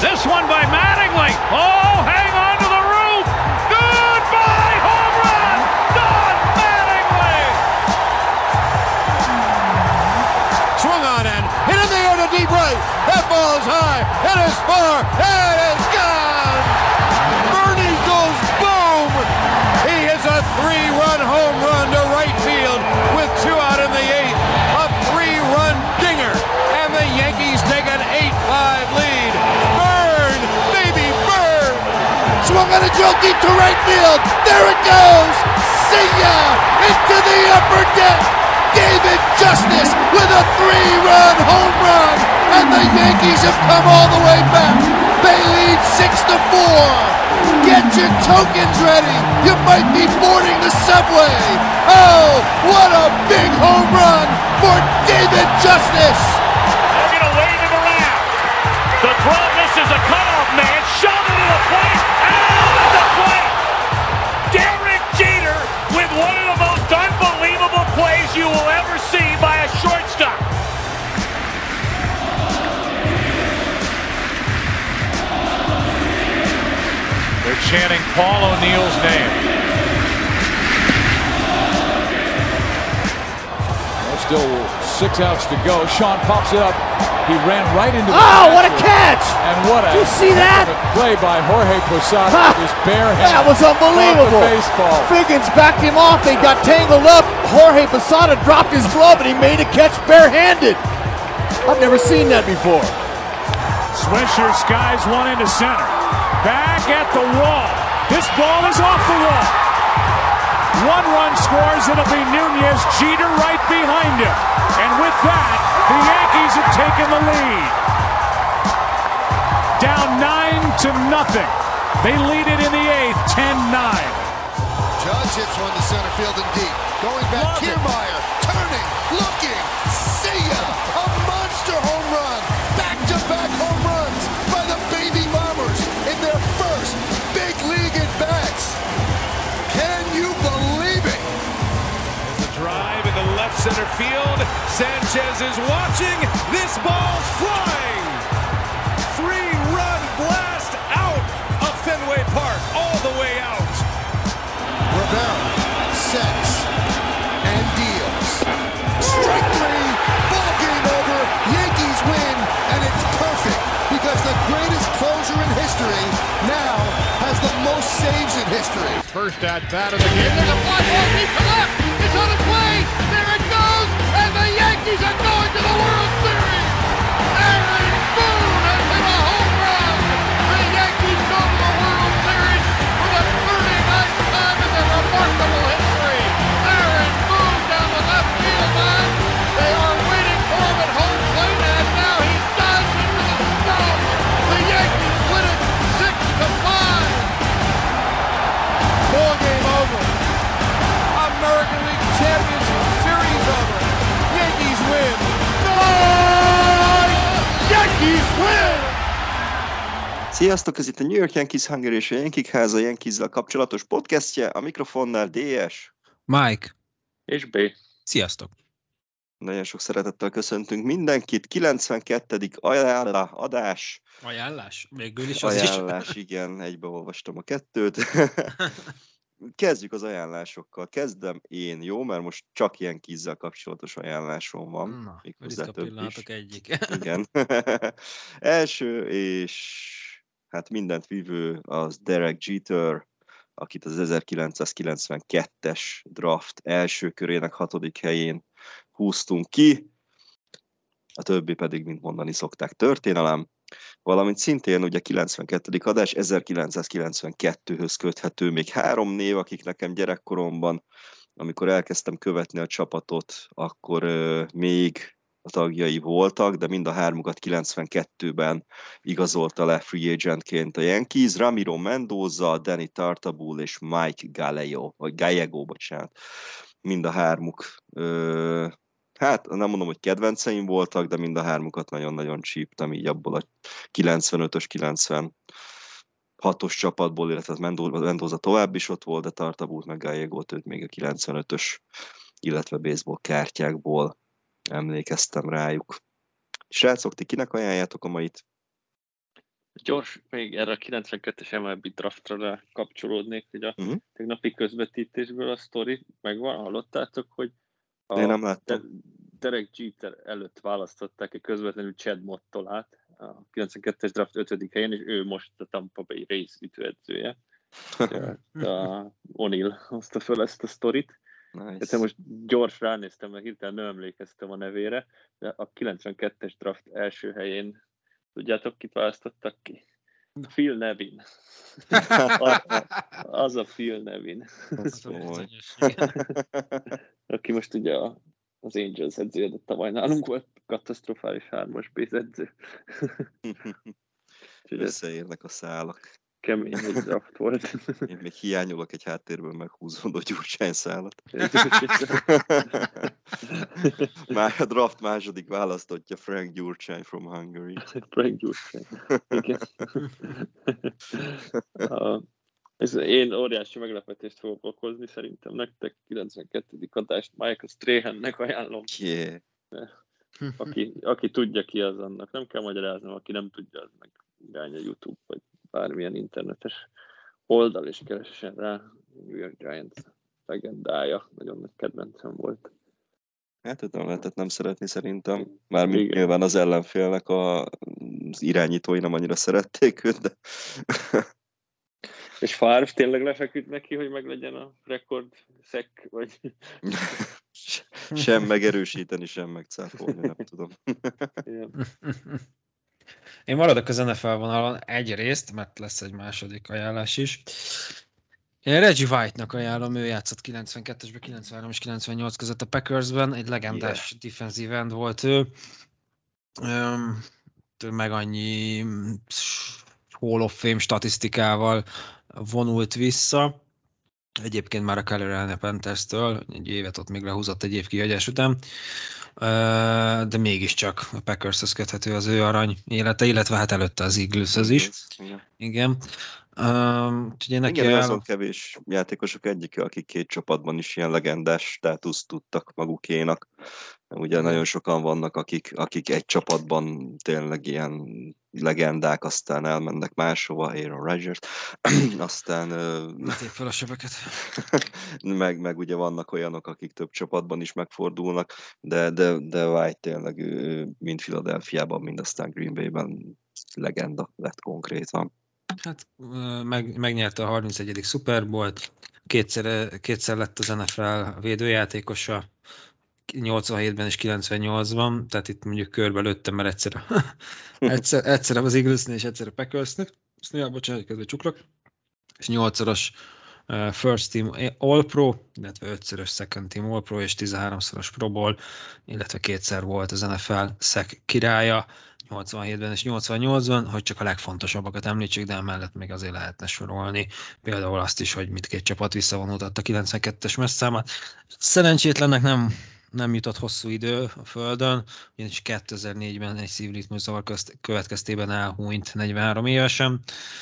This one by Mattingly. Oh, hang on to the roof. Goodbye, home run. Don Mattingly. Swung on and hit in the air to deep right. That ball is high. It is far. It is gone. Bernie goes boom. He hits a 3-run home run to right field with 2 out in the 8th. A 3-run dinger. And the Yankees take an 8-5 lead. Burn, baby, burn. Swung on a drill deep to right field. There it goes. See ya. Into the upper deck. David Justice with a 3-run home run, and the Yankees have come all the way back. They lead 6-4. Get your tokens ready. You might be boarding the subway. Oh, what a big home run for David Justice. They're going to wave him around. The throw misses a cutoff man. Shot into the plate. Out at the plate. Derek Jeter with one of the most unbelievable plays you will ever see by a shortstop. They're chanting Paul O'Neill's name. Still 6 outs to go. Sean pops it up. He ran right into the what a catch! And what a Did you see that? play by Jorge Posada with his bare hand. That was unbelievable. The baseball. Figgins backed him off. They got tangled up. Jorge Posada dropped his glove and he made a catch barehanded. I've never seen that before. Swisher skies one into center. Back at the wall. This ball is off the wall. 1 run scores. It'll be Nunez. Jeter right behind him. And with that, the Yankees have taken the lead. Down 9-0. They lead it in the 8th, 10-9. Judge hits one to center field and deep. Going back, Kiermaier, turning, looking, see ya! A monster home run! Back-to-back home runs by the Baby Bombers in their first big league at-bats. Can you believe it? The drive in the left center field. Sanchez is watching. This ball's flying. 3-run blast out of Fenway Park, all the way out. Rivera sets and deals. Strike 3, ball game over. Yankees win, and it's perfect because the greatest closer in history now has the most saves in history. First at bat of the game. There's a fly ball deep to left. It's on its way. There it goes. And the Yankees are going to the World Series. Aaron Boone has hit a home run. The Yankees go to the World Series for the 39th time in their remarkable history. Aaron Boone down the left field line. They are waiting for him at home plate, and now he dives into the stone. The Yankees win it 6-5. Ball game over. American League Championship Series over. Yankees win. Yankees win! Sziasztok, ez itt a New York Yankees Hungary és a Yankee háza Yankees-zel kapcsolatos podcastje, a mikrofonnál DS. Mike. És B. Sziasztok. Nagyon sok szeretettel köszöntünk mindenkit. 92. adás. Ajánlás? Végül is az ajánlás, is. Igen, egybeolvastam a 2-t. Kezdjük az ajánlásokkal. Kezdem én, jó? Mert most csak ilyen Yankees-zel kapcsolatos ajánlásom van. Na, ritka pillanatok egyik. Igen. Első, és hát mindent vívő az Derek Jeter, akit az 1992-es draft első körének 6. helyén húztunk ki. A többi pedig, mint mondani szokták, történelem. Valamint szintén ugye 92. adás 1992-höz köthető még 3 név, akik nekem gyerekkoromban, amikor elkezdtem követni a csapatot, akkor még a tagjai voltak, de mind a 3-ukat 92-ben igazolta le free agentként a Yankees. Ramiro Mendoza, Danny Tartabull és Mike Gallego, mind a 3-uk. Hát nem mondom, hogy kedvenceim voltak, de mind a 3-ukat nagyon-nagyon csíptem így abból a 95-ös, 96-os csapatból, illetve Mendoza tovább is ott volt, de Tartabullt meg Gallegót őt még a 95-ös, illetve baseball kártyákból emlékeztem rájuk. Srácok, ti kinek ajánljátok a mait? Gyors, még erre a 92-es MLB draftra kapcsolódnék, hogy a tegnapi közvetítésből a sztori megvan, hallottátok, hogy én nem láttam. Derek Jeter előtt választották közvetlenül Chad Mottolát a 92-es draft 5. helyen, és ő most a Tampa Bay Rays ütőedzője. O'Neill hozta föl ezt a sztorit. Nice. Tehát most gyors ránéztem, mert hirtelen nem emlékeztem a nevére, de a 92-es draft első helyén tudjátok, kit választottak ki? Phil Nevin. Az a Phil Nevin. Aki most ugye az Angels edzője, de tavaly nálunk volt katasztrofális 3-as base edző. Összeérnek a szálak. Kemény egy draft volt. Én még hiányolok egy háttérből meghúzódó Gyurcsány szálat. Már a draft második választottja Frank Gyurcsány from Hungary. Frank Gyurcsány. Igen. Én óriási meglepetést fogok okozni, szerintem nektek 92. adást Michael Strahannek ajánlom. Yeah. Aki tudja ki az, annak nem kell magyaráznom, aki nem tudja, az meg irány a YouTube, vagy bármilyen internetes oldal, és keressen rá. New York Giants legendája, nagyon nagy kedvencem volt. Hát nem lehetett nem szeretni szerintem. Mármint nyilván az ellenfélnek az irányítói nem annyira szerették őt, de... És Favre tényleg lefeküdt neki, hogy meglegyen a rekord szek, vagy... Sem megerősíteni, sem megcáfolni, nem tudom. Én maradok az NFL vonalon egyrészt, mert lesz egy második ajánlás is. Én Reggie White-nak ajánlom, ő játszott 92-esben, 93 és 98 között a Packersben, egy legendás defensive end volt ő. Meg annyi Hall of Fame statisztikával vonult vissza. Egyébként már a Carolina Panthers-től, egy évet ott még lehúzott egy év kihagyás után, de mégiscsak a Packershez köthető az ő arany élete, illetve hát előtte az Eagleshez is. Igen. Igen, azon kevés játékosok egyike, akik két csapatban is ilyen legendás státuszt tudtak magukénak. Ugye nagyon sokan vannak, akik egy csapatban tényleg ilyen legendák, aztán elmennek máshova, Aaron Rodgers, aztán... Letép fel a sebeket. meg ugye vannak olyanok, akik több csapatban is megfordulnak, de White tényleg mind Philadelphiában, mind aztán Green Bay-ben legenda lett konkrétan. Hát megnyerte a 31. Super Bowl-t, kétszer lett az NFL védőjátékosa, 87-ben és 98-ban, tehát itt mondjuk körbe lőttem, mert egyszer az Eaglesnél és egyszer a Packersnek, bocsánat, közben csuklok, és 8-szoros First Team All-Pro, illetve 5-szörös Second Team All-Pro, és 13-szoros Pro Bowl, illetve kétszer volt az NFL sack királya, 87-ben és 88-ban, hogy csak a legfontosabbakat említsük, de emellett még azért lehetne sorolni. Például azt is, hogy mindkét csapat visszavonultatta a 92-es messzámát. Szerencsétlennek nem jutott hosszú idő a Földön, ugyanis 2004-ben egy szívritmuszavar következtében elhúnyt 43 évesen,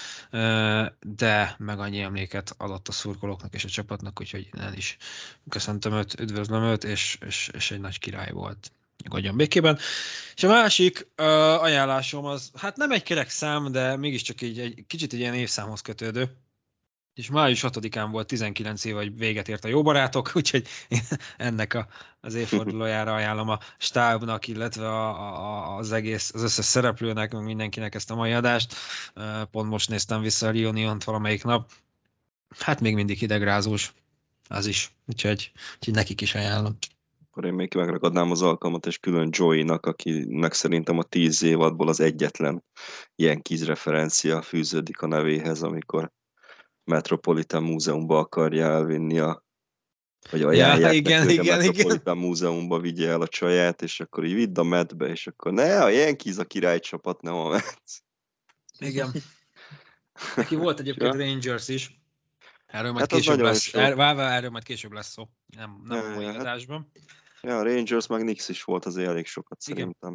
de meg annyi emléket adott a szurkolóknak és a csapatnak, úgyhogy innen is köszöntöm őt, üdvözlöm őt, és egy nagy király volt. Nyugodjon békében. És a másik ajánlásom az, hát nem egy kerek szám, de mégiscsak így egy kicsit egy ilyen évszámhoz kötődő. És május 6-án volt 19 év, hogy véget ért a Jó Barátok, úgyhogy ennek az évfordulójára ajánlom a stábnak, illetve az összes szereplőnek, meg mindenkinek ezt a mai adást. Pont most néztem vissza a Reuniont valamelyik nap. Hát még mindig hidegrázós, az is, úgyhogy nekik is ajánlom. Akkor én még megragadnám az alkalmat, és külön Joey-nak, akinek szerintem a 10 évadból az egyetlen ilyen kizreferencia fűződik a nevéhez, amikor Metropolitan Múzeumba akarja elvinni vagy ajánlják neki, hogy a Metropolitan Múzeumba vigye el a csaját, és akkor így vidd a medbe, és akkor a Yankees a királycsapat, nem a Mets. Igen. Neki volt egyébként Rangers is. Erről majd később lesz. Erről majd később lesz szó. Nem a mai adásban. Ja, Rangers meg Knicks is volt azért elég sokat szerintem.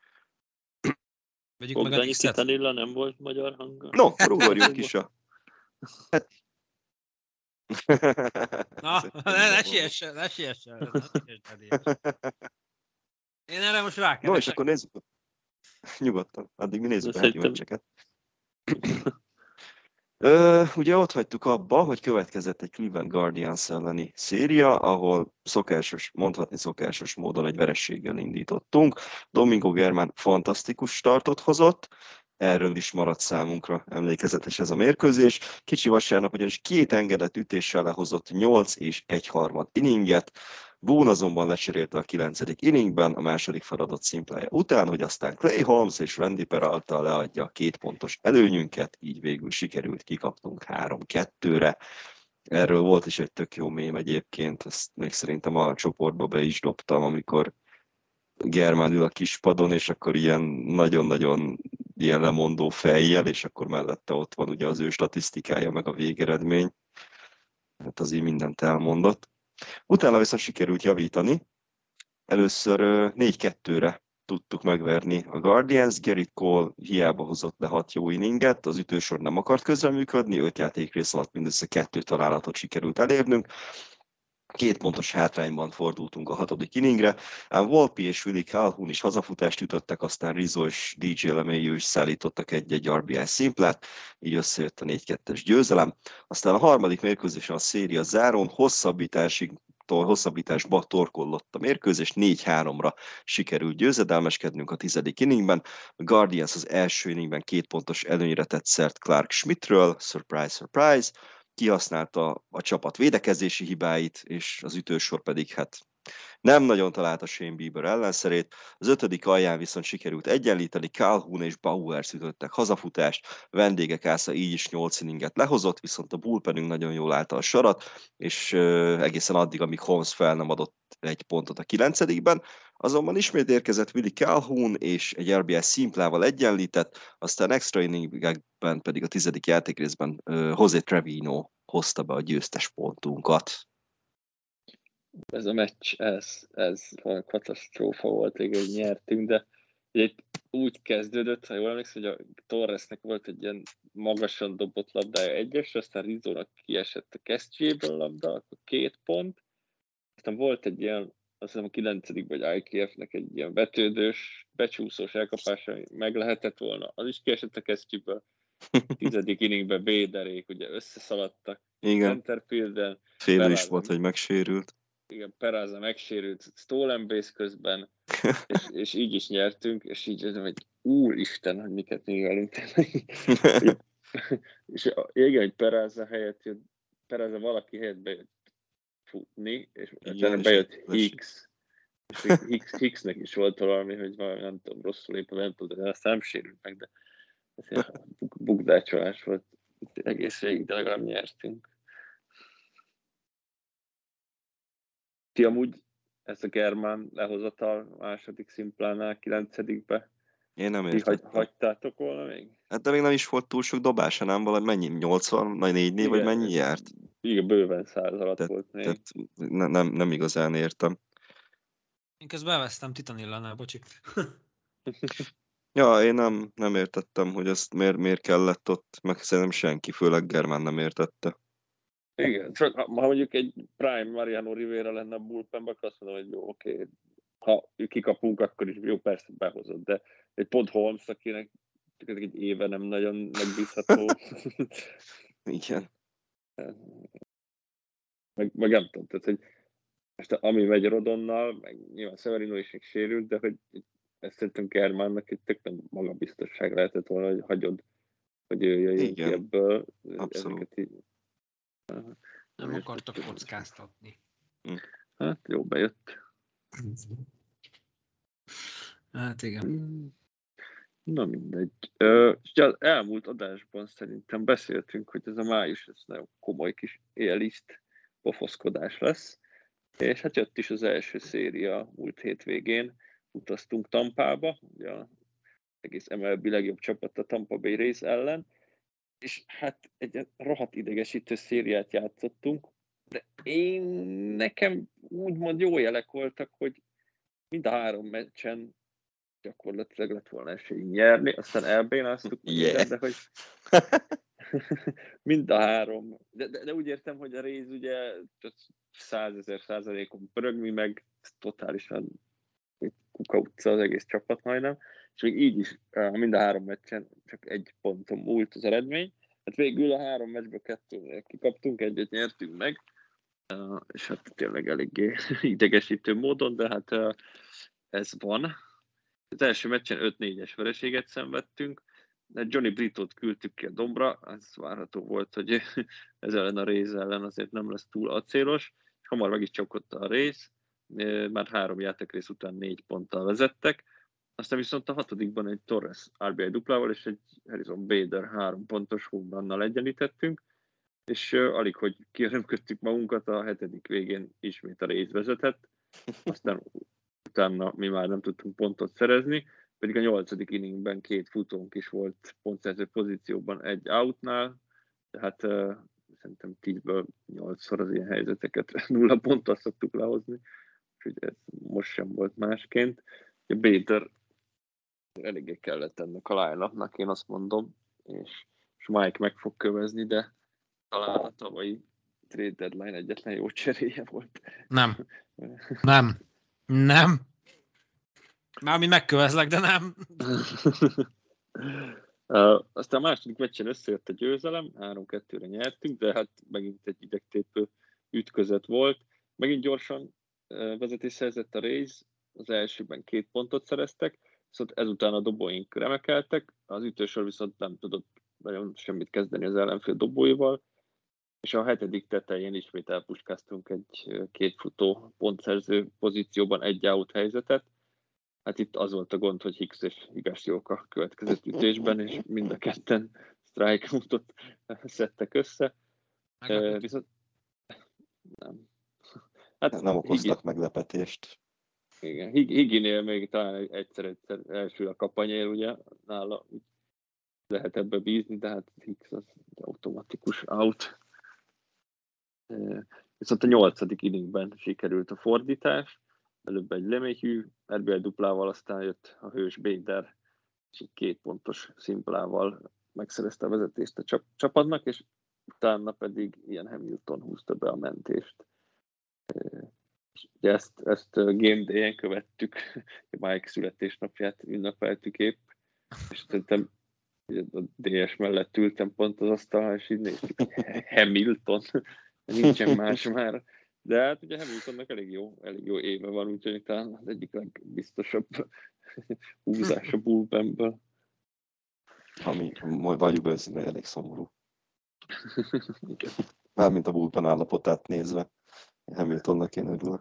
Bogdanyi Titanilla nem volt magyar hanggal? No, akkor ugorjunk is a... Na, ne siessen. Én erre most rákeresek. No, és akkor nézzük. Nyugodtan. Addig mi nézzük a heti meccseket. Ugye ott hagytuk abba, hogy következett egy Cleveland Guardians elleni széria, ahol mondhatni szokásos módon egy vereséggel indítottunk. Domingo Germán fantasztikus startot hozott, erről is maradt számunkra emlékezetes ez a mérkőzés. Kicsi Vasárnap ugyanis 2 engedett ütéssel lehozott 8 és 1/3 inninget, Boone azonban lecserélte a 9. inningben a második feladott szimplája után, hogy aztán Clay Holmes és Randy Peralta leadja a 2 pontos előnyünket, így végül sikerült kikapnunk 3-2-re. Erről volt is egy tök jó mém egyébként, ezt még szerintem a csoportba be is dobtam, amikor Germán ül a kispadon, és akkor ilyen nagyon-nagyon ilyen lemondó fejjel, és akkor mellette ott van ugye az ő statisztikája, meg a végeredmény. Hát az így mindent elmondott. Utána viszont sikerült javítani. Először 4-2-re tudtuk megverni a Guardians. Gerrit Cole hiába hozott le 6 jó inninget, az ütősor nem akart közreműködni, 5 játékrész alatt mindössze 2 találatot sikerült elérnünk. 2 pontos hátrányban fordultunk a 6. inningre, ám Volpe és Willie Calhoun is hazafutást ütöttek, aztán Rizzo és DJ LeMahieu is szállítottak egy RBI szimplát, így összejött a 4-2-es győzelem. Aztán a harmadik mérkőzésen a széria zárón hosszabbításba torkollott a mérkőzés, 4-3-ra sikerült győzedelmeskednünk a 10. inningben. A Guardians az első inningben 2 pontos előnyre tett szert Clark Schmidtről, surprise, surprise, kihasználta a csapat védekezési hibáit, és az ütősor pedig hát nem nagyon találta Shane Bieber ellenszerét. Az 5. alján viszont sikerült egyenlíteni, Calhoun és Bauer ütöttek hazafutást, vendégek ásza így is 8 inninget lehozott, viszont a bullpenünk nagyon jól állta a sarat, és egészen addig, amíg Holmes fel nem adott 1 pontot a 9-ben, azonban ismét érkezett Willie Calhoun, és egy RBI szimplával egyenlített, aztán extra inningben pedig a 10. játékrészben José Trevino hozta be a győztes pontunkat. Ez a meccs, ez katasztrófa volt, hogy nyertünk, de itt úgy kezdődött, ha jól emlékszem, hogy a Torresnek volt egy ilyen magasan dobott labdája egyesre, aztán Rizzónak kiesett a kesztyűjéből a labda, akkor 2 pont, aztán volt egy ilyen, azt hiszem a 9. vagy IKF-nek egy ilyen vetődős, becsúszós elkapása, meg lehetett volna, az is kiesett a kesztyűből. 10. inningben Béderék ugye összeszaladtak centerfielden. Félő is volt, hogy megsérült. Igen, Peraza megsérült stolen base közben, és így is nyertünk, és így mondom, hogy úristen, hogy miket művelünk. És igen, hogy Peraza valaki helyett bejött futni, és utána bejött Hicks. És Hicksnek is volt valami, hogy valami, nem tudom, rosszul éppen nem tudom, de aztán nem sérült meg, de ez bukdácsolás volt egész végig, de legalább nyertünk. Ti amúgy ezt a Germán lehozatal második szimplánál 9-be én nem értettem. Hagytátok volna még? Hát de még nem is volt túl sok dobása, nem valami mennyi? 84-nél, vagy mennyi járt? Igen, bőven 100 alatt volt még. Tehát nem igazán értem. Én közben elvesztem Titanillánál, bocsi. Ja, én nem értettem, hogy ezt miért kellett ott, meg szerintem senki, főleg Germán nem értette. Igen, csak ha mondjuk egy Prime Mariano Rivera lenne a bullpenben, akkor azt mondom, hogy jó, oké. Ha kikapunk, akkor is jó, persze behozott, de egy pont Holmes, akinek egy éve nem nagyon megbízható. Igen. Meg nem tudom, tehát, hogy most ami megy Rodonnal, meg nyilván Severino is még sérült, de hogy ezt szerintem Germánnak egy tök nem magabiztosság lehetett volna, hogy hagyod, hogy ő jöjjön ki ebből. Abszolút. Nem akartak kockáztatni. Hát jó, bejött. Hát igen. Na mindegy. Az elmúlt adásban szerintem beszéltünk, hogy ez a május ez nagyon komoly kis élist pofoszkodás lesz. És hát jött is az első széria múlt hétvégén. Utaztunk Tampába, ugye az egész MLB legjobb csapat a Tampa Bay Rays ellen, és hát egy rohadt idegesítő szériát játszottunk, de nekem úgymond jó jelek voltak, hogy mind a 3 meccsen gyakorlatilag lett volna esély nyerni, aztán elbénáztuk, de hogy mind a 3, de úgy értem, hogy a Rays ugye 100 000%-on pörög, mi meg totálisan kukautca az egész csapat majdnem, és még így is mind a 3 meccsen csak 1 ponton múlt az eredmény, Hát végül a 3 meccsből 2 kikaptunk, 1-et nyertünk meg, és hát tényleg eléggé idegesítő módon, de hát ez van. Az első meccsen 5-4-es vereséget szenvedtünk, de Johnny Britót küldtük ki a dombra, ez várható volt, hogy ez ellen a Rays ellen azért nem lesz túl acélos, és hamar meg is csapott a Rays, már 3 játékrész után 4 ponttal vezettek, aztán viszont a 6. egy Torres RBI duplával és egy Harrison Bader 3 pontos home runnal egyenlítettünk, és alig, hogy kiörömködtük magunkat, a 7. végén ismét a Rays vezetett, aztán utána mi már nem tudtunk pontot szerezni, pedig a 8. inningben 2 futónk is volt pontszerző pozícióban egy outnál, tehát szerintem 10-ből 8-szor az ilyen helyzeteket 0 ponttal szoktuk lehozni, úgyhogy ez most sem volt másként. A Bader eléggé kellett ennek a line-upnak, én azt mondom, és Mike meg fog kövezni, de talán a tavalyi trade deadline egyetlen jó cseréje volt. Nem. Mármint megkövezlek, de nem. Aztán a második meccsen összejött a győzelem, 3-2-re nyertünk, de hát megint egy idegtépő ütközet volt. Megint gyorsan vezetés szerzett a Rays, az elsőben 2 pontot szereztek, viszont ezután a dobóink remekeltek, az ütősor viszont nem tudott nagyon semmit kezdeni az ellenfél dobóival, és a 7. tetején ismét elpuskáztunk egy 2 futó pontszerző pozícióban egy out helyzetet. Hát itt az volt a gond, hogy Hicks és Higashioka következett ütésben, és mind a ketten strikeoutot szedtek össze. Viszont nem. Hát nem okoztak meglepetést. Igen, Higginél még talán egyszer elsül a kapanyél, ugye, nála lehet ebbe bízni, de hát Hicks az automatikus out. Viszont a 8. inningben sikerült a fordítás, előbb egy LeMahieu RBI duplával, aztán jött a hős Bader, és egy 2 pontos szimplával megszerezte a vezetést a csapatnak, és utána pedig Ian Hamilton húzta be a mentést. Ugye ezt Game Day-en követtük, Mike születésnapját ünnepeltük épp, és szerintem a DS mellett ültem pont az asztalán, és így néztük, Hamilton, nincsen más már. De hát ugye Hamiltonnak elég jó éve van, úgyhogy talán az egyik legbiztosabb húzás a bullpenből. Ami vagyunk őszintén elég szomorú. Mármint a bullpen állapotát nézve. Hamiltonnak én örülök.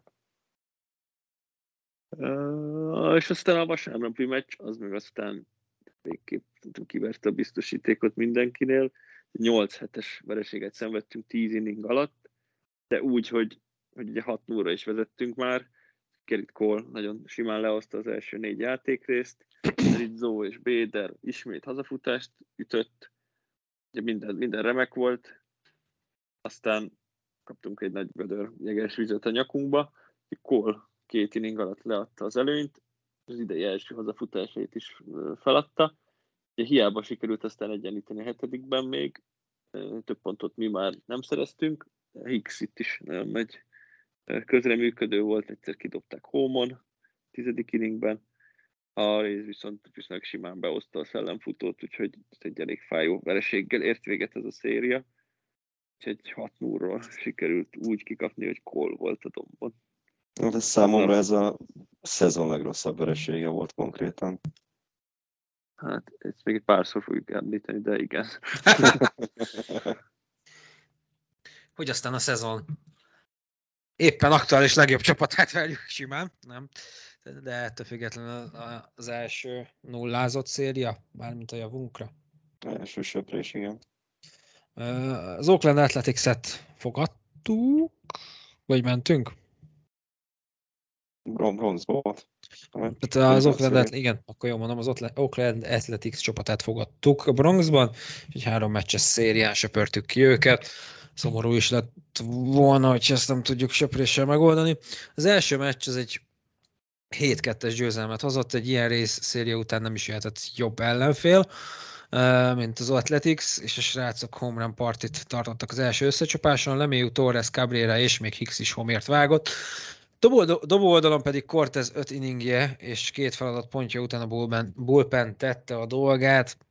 És aztán a vasárnapi meccs, az meg aztán végképp kiverte a biztosítékot mindenkinél. 8-7-es vereséget szenvedtünk 10 inning alatt, de úgy, hogy ugye 6-0-ra is vezettünk már. Gerrit Cole nagyon simán lehozta az első 4 játékrészt. Rizzo és Bader ismét hazafutást ütött. Ugye minden remek volt. Aztán kaptunk egy nagy gödör jegersvizet a nyakunkba. Cole 2 inning alatt leadta az előnyt, az idei első hazafutásait is feladta. Ugye hiába sikerült aztán egyenlíteni a 7-ben még, több pontot mi már nem szereztünk. Hicks itt is nagyon nagy közreműködő volt, egyszer kidobták home-on 10. inningben. A Rays viszont simán behozta a szellemfutót, úgyhogy egy elég fájó vereséggel ért véget ez a széria. Úgyhogy 6-0-ról sikerült úgy kikapni, hogy Cole volt a dombon. De számomra ez a szezon legrosszabb veresége volt konkrétan. Hát, ezt még egy párszor fogjuk említeni, de igen. Hogy aztán a szezon éppen aktuális legjobb csapatát várjuk simán, nem? De ettől függetlenül az első nullázott széria, mármint a javunkra. Első söprés, igen. Az Oakland Athletics-et fogadtuk, vagy mentünk? Bronze volt. Tehát az Oakland, igen, akkor jól mondom, az Oakland Athletics csapatát fogadtuk a Bronxban, és 3 meccses szérián söpörtük ki őket. Szomorú is lett volna, hogy ezt nem tudjuk söpréssel megoldani. Az első meccs az egy 7-2-es győzelmet hozott, egy ilyen rész széria után nem is jöhetett jobb ellenfél, mint az Athletics, és a srácok home run partit tartottak az első összecsapáson, LeMahieu, Torres, Cabrera és még Hicks is homért vágott. Dobó oldalon pedig Cortez 5 inningje és 2 feladat pontja után a bullpen tette a dolgát.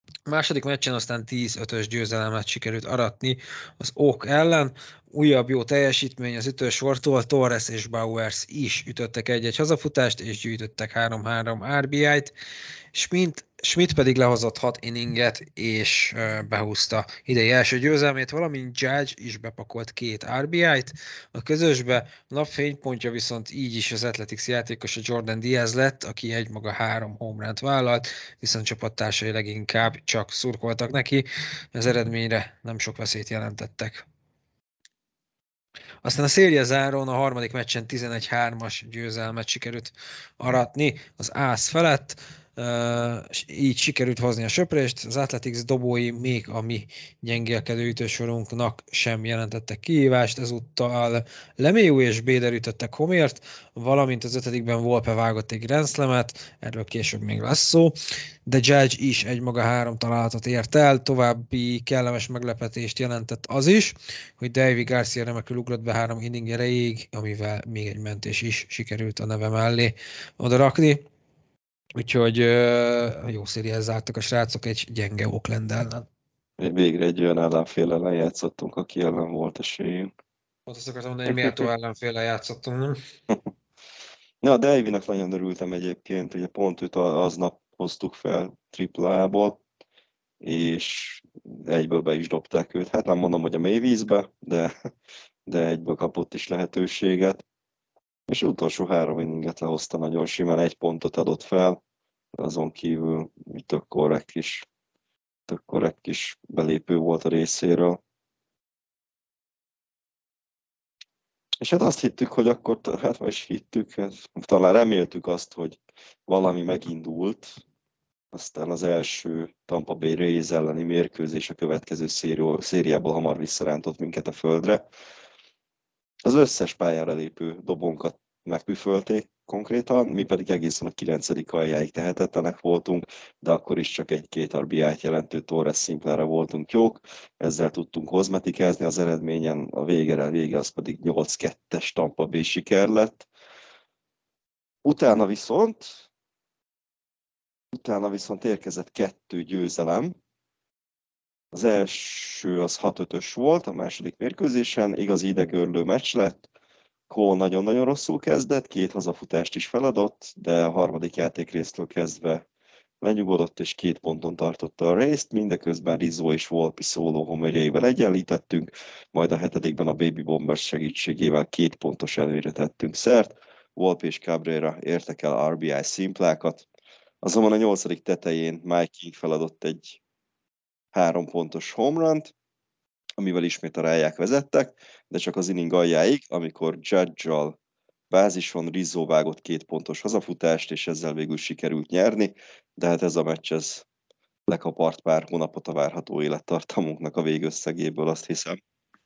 A második meccsen aztán 10-5-ös győzelmet sikerült aratni az Oak ellen. Újabb jó teljesítmény az ütősortól, Torres és Bowers is ütöttek egy-egy hazafutást, és gyűjtöttek 3-3 RBI-t. Schmidt pedig lehozott 6 inninget, és behúzta idei első győzelmét, valamint Judge is bepakolt 2 RBI-t. A közösbe napfénypontja viszont így is az Athletics játékosa Jordan Diaz lett, aki egymaga 3 home runt vállalt, viszont csapattársai leginkább csak szurkoltak neki, az eredményre nem sok veszélyt jelentettek. Aztán a széria zárón a harmadik meccsen 11-3-as győzelmet sikerült aratni az Ász felett, és így sikerült hozni a söprést. Az Athletics dobói még a mi gyengélkedő ütősorunknak sem jelentettek kihívást, ezúttal Lemieux és Bader ütöttek homért, valamint az 5-ben Volpe vágott egy Grand Slamet, erről később még lesz szó, de Judge is egymaga 3 találatot ért el, további kellemes meglepetést jelentett az is, hogy Deivi Garcia remekül ugrott be 3 inning erejéig, amivel még egy mentés is sikerült a neve mellé odarakni. Úgyhogy jó szériát zártak a srácok egy gyenge Oakland ellen. Végre egy olyan ellenfél ellen játszottunk, aki ellen volt esélyünk. Ott azt akartam mondani, hogy méltó ellenféllel játszottunk, nem? Ja, de Deivinek nagyon örültem egyébként, ugye pont őt aznap hoztuk fel AAA-ból, és egyből be is dobták őt. Hát nem mondom, hogy a mély vízbe, de egyből kapott is lehetőséget. És utolsó 3 inninget lehozta nagyon simán, 1 pontot adott fel, azon kívül tök korrekt kis belépő volt a részéről. És hát azt hittük, hogy akkor, hát ma is hittük, talán reméltük azt, hogy valami megindult, aztán az első Tampa Bay Rays elleni mérkőzés a következő szériából hamar visszarántott minket a földre. Az összes pályára lépő dobónkat megpüfölték konkrétan, mi pedig egészen a 9. aljáig tehetetlenek voltunk, de akkor is csak 1-2 RBI-t jelentő Torres szimplára voltunk jók, ezzel tudtunk kozmetikázni az eredményen, a vége az pedig 8-2-es Tampa Bay siker lett. Utána viszont érkezett 2 győzelem. Az első az 6-5-ös volt a második mérkőzésen, igazi idegörlő meccs lett. Cole nagyon-nagyon rosszul kezdett, 2 hazafutást is feladott, de a harmadik játékrésztől kezdve lenyugodott és 2 ponton tartotta a részt, mindeközben Rizzo és Volpi szóló homerjeivel egyenlítettünk, majd a 7-ben a Baby Bombers segítségével 2 pontos előnyre tettünk szert, Volpi és Cabrera értek el RBI szimplákat, azonban a 8. tetején Mike King feladott egy 3 pontos home runt, amivel ismét a ráják vezettek, de csak az inning aljáig, amikor Judge-al bázison Rizzo vágott 2 pontos hazafutást, és ezzel végül sikerült nyerni, de hát ez a meccs lekapart pár hónapot a várható élettartamunknak a végösszegéből, azt hiszem.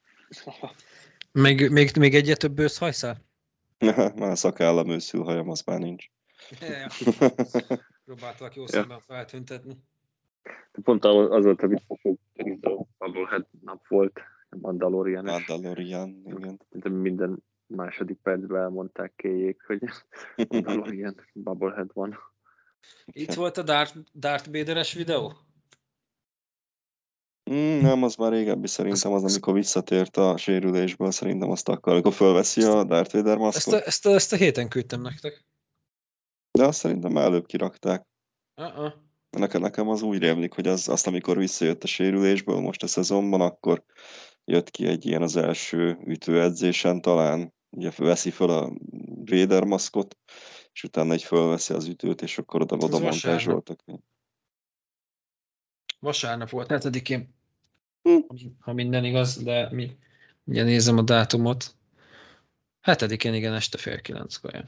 Még egyet több ősz hajszál? Már szakállam, őszülhajam, az már nincs. Próbáltak jó szemben feltüntetni. Pont az volt a biztos, hogy Rizzo Bubblehead nap volt, Mandalorian, igen. Minden második percben elmondták Kéjék, hogy Mandalorian Bubblehead van. Itt volt a Darth Vader-es videó? Nem, az már régebbi szerintem, az amikor visszatért a sérülésből, szerintem azt akkor, amikor fölveszi a Darth Vader maszkot. Ezt a héten küldtem nektek. De azt szerintem már előbb kirakták. Uh-uh. Nekem az úgy rémlik, hogy azt amikor visszajött a sérülésből most a szezonban, akkor jött ki egy ilyen az első ütőedzésen talán, ugye veszi föl a Vader maszkot, és utána egy fölveszi az ütőt, és akkor oda montázsoltak. Vasárnap volt, 7-én. Ha minden igaz, de ugye nézem a dátumot. 7-én igen, este 8:30-kor.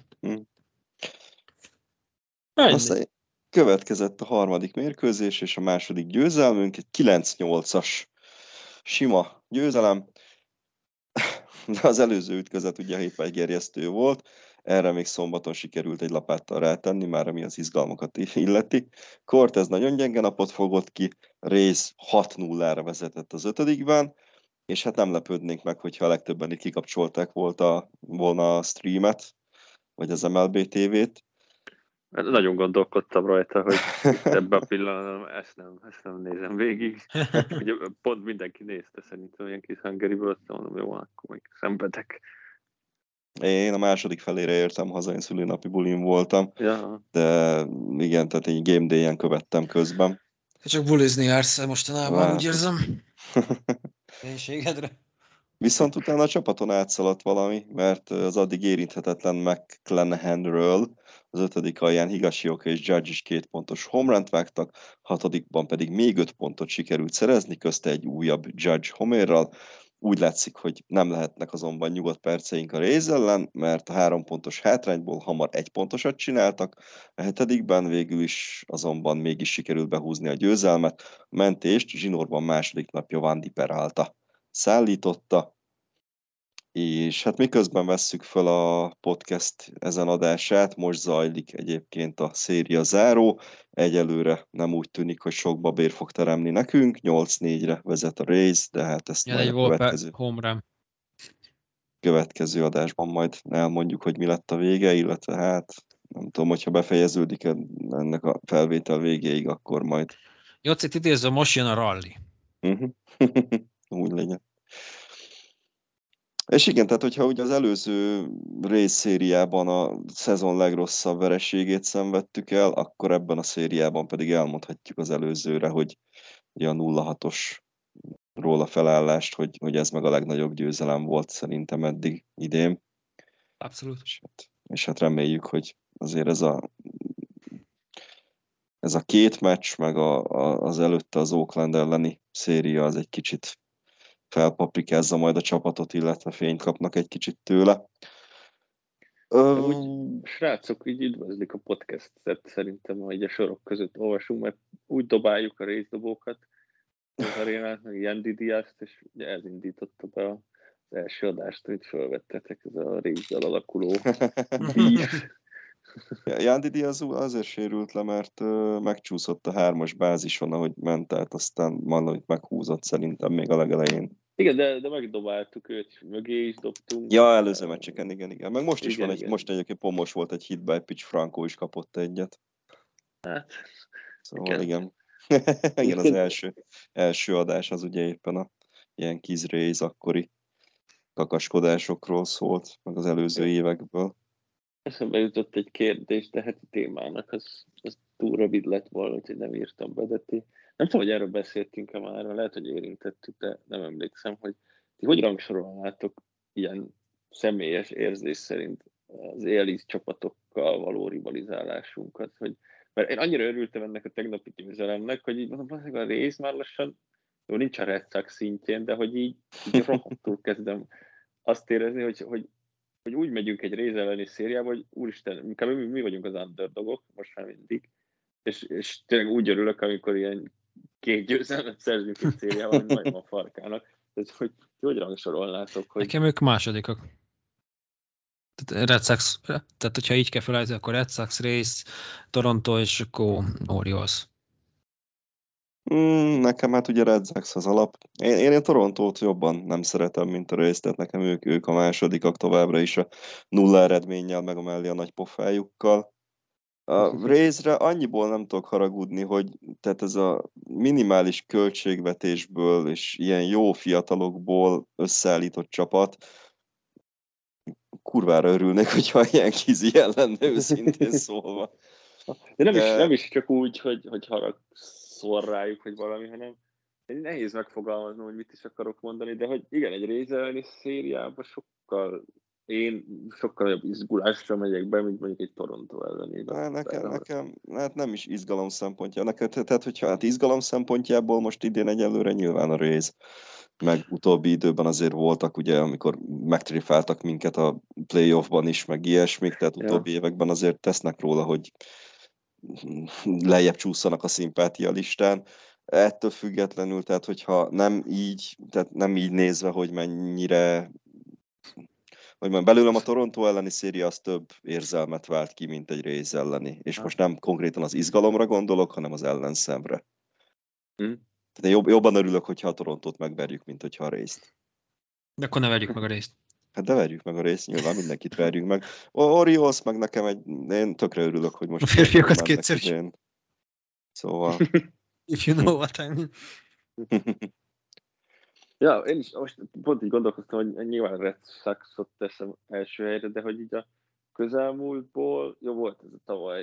Aztán következett a harmadik mérkőzés, és a második győzelmünk, egy 9-8-as sima győzelem, de az előző ütközet ugye a hétvágygerjesztő volt, erre még szombaton sikerült egy lapáttal rátenni, már ami az izgalmakat illeti. Cortez nagyon gyenge napot fogott ki, Rays 6-0-ra vezetett az 5-ben, és hát nem lepődnénk meg, hogyha a legtöbben itt kikapcsolták volna a streamet, vagy az MLB TV-t. Nagyon gondolkodtam rajta, hogy ebben a pillanatban ezt nem nézem végig. Ugye, pont mindenki nézte szerintem ilyen kis Hungaryből, azt mondom, jó, akkor még szenvedek. Én a második felére értem haza, én szülinapi bulim voltam, Ja. de igen, tehát egy Game Day-en követtem közben. Csak bulizni jársz mostanában, Látod. úgy érzem. Fénységedre. Viszont utána a csapaton átszaladt valami, mert az addig érinthetetlen McClanahanről az 5. alján Higashioka és Judge is 2 pontos homerunt vágtak, 6. pedig még 5 pontot sikerült szerezni, közte egy újabb Judge homérral. Úgy látszik, hogy nem lehetnek azonban nyugodt perceink a Rays ellen, mert a 3 pontos hátrányból hamar 1 pontosat csináltak. A 7. végül is azonban mégis sikerült behúzni a győzelmet. A mentést zsinórban második napja Wandy Peralta szállította, és hát miközben vesszük fel a podcast ezen adását, most zajlik egyébként a széria záró, egyelőre nem úgy tűnik, hogy sok babér fog teremni nekünk, 8-4-re vezet a Rays, de hát ezt majd a következő adásban majd elmondjuk, hogy mi lett a vége, illetve hát nem tudom, hogyha befejeződik ennek a felvétel végéig, akkor majd... Jocit idézve, most jön a rally. Úgy legyen. És igen, tehát hogyha ugye az előző Rays szériában a szezon legrosszabb vereségét szenvedtük el, akkor ebben a szériában pedig elmondhatjuk az előzőre, hogy ugye a 0-6-os róla felállást, hogy ez meg a legnagyobb győzelem volt szerintem eddig idén. Abszolút. És hát reméljük, hogy azért ez a 2 meccs, meg az előtte az Oakland elleni széria az egy kicsit felpaprikázza majd a csapatot, illetve fényt kapnak egy kicsit tőle. Srácok, így üdvözlik a podcastet, szerintem, hogy a sorok között olvasunk, mert úgy dobáljuk a részdobókat, az arénát, meg Yandy Diaz-t, és ugye ez indította be az első adást, amit felvettetek, ez a Rays-del alakuló beef. Yandy Diaz azért sérült le, mert megcsúszott a 3-as bázison, ahogy ment, tehát aztán valahogy meghúzott szerintem még a legelején. Igen, de megdobáltuk őt, mögé is dobtunk. Ja, előző meccseken, igen. Meg most is igen, van igen. Most egyébként pomos volt egy hit by pitch, Franco is kapott egyet. Hát, szóval igen. Igen, az első adás az ugye éppen a ilyen kis Rays akkori kakaskodásokról szólt, meg az előző évekből. Eszembe jutott egy kérdés, de hát a témának az túl rövid lett volna, úgyhogy nem írtam be, de nem tudom, hogy erről beszéltünk-e már, lehet, hogy érintettük, de nem emlékszem, hogy ti hogy rangsorolnátok ilyen személyes érzés szerint az élis csapatokkal való rivalizálásunkat, mert én annyira örültem ennek a tegnapi győzelemnek, hogy így mondom, a Rays már lassan, jó, nincs a Red Sox szintjén, de hogy így rohadtul kezdem azt érezni, hogy úgy megyünk egy Rays elleni szériába, hogy úristen, mi vagyunk az underdogok, most már mindig, és tényleg úgy örülök, amikor ilyen 2 győzelmet szerzünk egy szériában, hogy nagyon a farkának. Tehát, hogy rangsorolnátok? Hogy... Nekem ők másodikak. Tehát Red Sox, tehát hogyha így kell felállítani, akkor Red Sox, Rays, Toronto és akkor Orioles. Nekem hát ugye Red Sox az alap. Én a Torontót jobban nem szeretem, mint a Rays, tehát nekem ők a másodikak továbbra is a 0 eredménnyel, meg a mellé a nagy pofájukkal. A Raysre annyiból nem tudok haragudni, hogy tehát ez a minimális költségvetésből és ilyen jó fiatalokból összeállított csapat, kurvára örülnék, hogyha ilyen ilyen lenne, őszintén szólva. De nem is csak úgy, hogy haragszol rájuk, hogy valami, hanem nehéz megfogalmaznom, hogy mit is akarok mondani, de hogy igen, egy Rays elleni szériában sokkal jobb izgulásra megyek be, mint mondjuk egy Toronto ellenében. Nekem hát nem is izgalom szempontja. Tehát, hogyha hát izgalom szempontjából most idén egyelőre nyilván a Rays, meg utóbbi időben azért voltak, ugye, amikor megtrifáltak minket a playoffban is, meg ilyesmik, tehát utóbbi években azért tesznek róla, hogy lejjebb csúszanak a szimpátia listán. Ettől függetlenül, tehát hogyha nem így nézve, hogy mennyire belőlem a Toronto elleni széria az több érzelmet vált ki, mint egy Rays elleni. És most nem konkrétan az izgalomra gondolok, hanem az ellenszemre. Tehát én jobban örülök, hogyha a Torontót megverjük, mint hogyha a Rays-t. De akkor ne verjük meg a Rays-t. Hát de verjük meg a részt, nyilván mindenkit verjünk meg. Orioles meg nekem én tökre örülök, hogy most... A férfiakat kétszer is. Szóval... If you know what I mean. Ja, én is most pont így gondolkoztam, hogy nyilván Red Sox-ot teszem első helyre, de hogy így a közelmúltból, jó volt ez a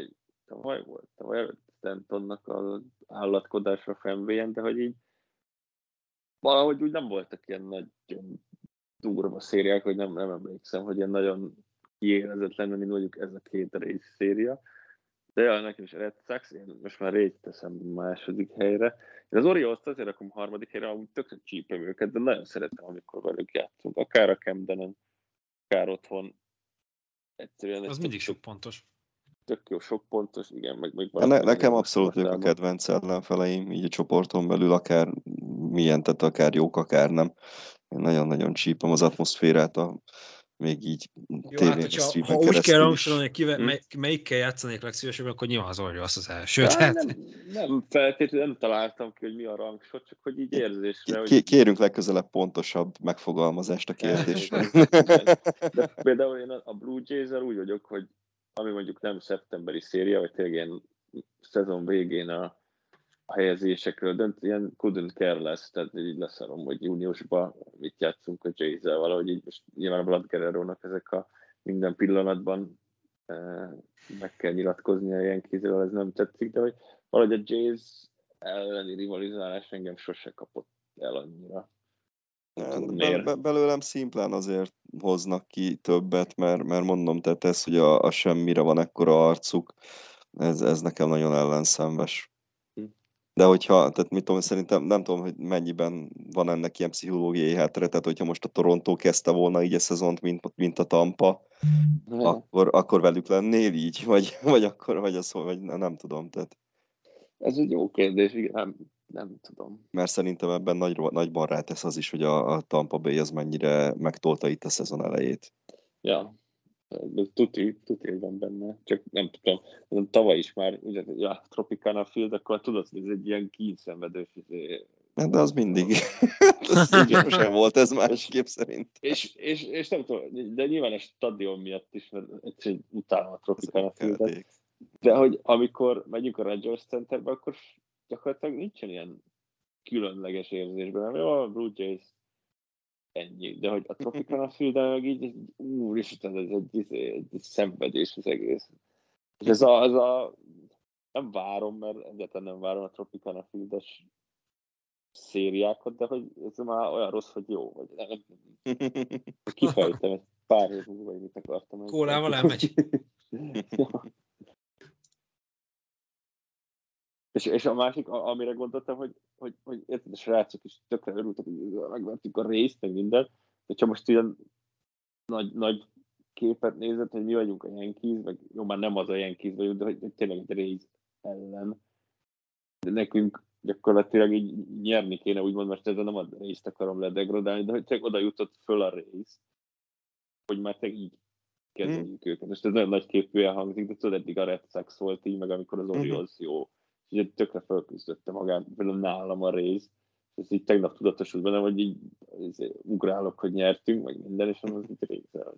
tavaly előtt Stantonnak az állatkodása a Fenwayen, de hogy így valahogy úgy nem voltak ilyen nagyon durva szériák, hogy nem emlékszem, hogy ilyen nagyon kiélezetlen, mint mondjuk ez a két rész széria. De ja, nekem is Red Sox, én most már Rays teszem második helyre. Én az Orioles-t azért rakom harmadik helyre, amúgy tökre csípem őket, de nagyon szeretem, amikor velük játszunk. Akár a Camdenen, akár otthon. Egyszerűen az mindig sok pontos. Tök jó, sok pontos, igen. Nekem abszolút ők a kedvenc ellenfeleim, így a csoporton belül, akár milyen, tehát akár jók, akár nem. Én nagyon-nagyon csípem az atmoszférát, még így tévén, hát, ha úgy kell rangsorolni, melyikkel játszanék legszívesebben, akkor nyilván az Orioles az első. Nem feltétlenül nem találtam ki, hogy mi a rangsor, csak hogy így érzésre. Kérünk legközelebb pontosabb megfogalmazást a kérdésre. De például én a Blue Jays-el úgy vagyok, hogy ami mondjuk nem szeptemberi széria, vagy tényleg ilyen szezon végén a helyezésekről dönt, ilyen couldn't care less, tehát így leszarom, hogy júniusban mit játszunk a Jays-el, valahogy így most nyilván a Vlad Guerrero-nak ezek a minden pillanatban meg kell nyilatkozni a Yankees-ről, ez nem tetszik, de hogy valahogy a Jays elleni rivalizálás engem sose kapott el annyira. Belőlem szimplán azért hoznak ki többet, mert mondom, tehát ez, hogy a semmire van ekkora arcuk, ez nekem nagyon ellenszenves. De hogyha, tehát mit tudom, szerintem nem tudom, hogy mennyiben van ennek ilyen pszichológiai háttere, tehát hogyha most a Toronto kezdte volna így a szezont, mint a Tampa, akkor velük lennél így, vagy akkor, vagy nem tudom, tehát. Ez egy jó kérdés, nem tudom. Mert szerintem ebben nagyban rátesz az is, hogy a Tampa Bay az mennyire megtolta itt a szezon elejét. Ja, tuti van benne, csak nem tudom, tavaly is már, ugye, Tropicana Field, akkor tudod, hogy ez egy ilyen kínszenvedős. De az mindig. Sem volt ez másképp szerint. És nem tudom, de nyilván a stadion miatt is, mert egyszerűen utálom a Tropicana Fieldet. De hogy amikor megyünk a Rogers Centerbe, akkor gyakorlatilag nincsen ilyen különleges érzésben. Jó, a Blue Jays ennyi, de hogy a Tropicana Fielden meg így, úristen, ez egy szenvedés az egész. És ez nem várom, mert egyáltalán nem várom a Tropicana Fieldes szériákat, de hogy ez már olyan rossz, hogy jó, vagy nem. Kifejtem, egy pár év múlva, hogy mit akartam. Kólával elmegy. És a másik, amire gondoltam, hogy érted, a srácok is tökre örültek, hogy megvertük a részt, meg mindent, de ha most ilyen nagy képet nézed, hogy mi vagyunk a Yankees, meg jó, már nem az a Yankees vagyunk, de hogy tényleg egy rész ellen. De nekünk gyakorlatilag így nyerni kéne, úgymond, mert ezzel nem a részt akarom ledegradálni, de hogy csak oda jutott föl a rész, hogy már te így kezeljük őket. Most ez nagyon nagy képűen hangzik, de tudod, eddig a Red Sox volt így, meg amikor az Orioles jó. És így tökre felküzdötte magát, például nálam a rész. És így tegnap tudatosult bennem, hogy így ugrálok, hogy nyertünk, meg minden, és az így részre.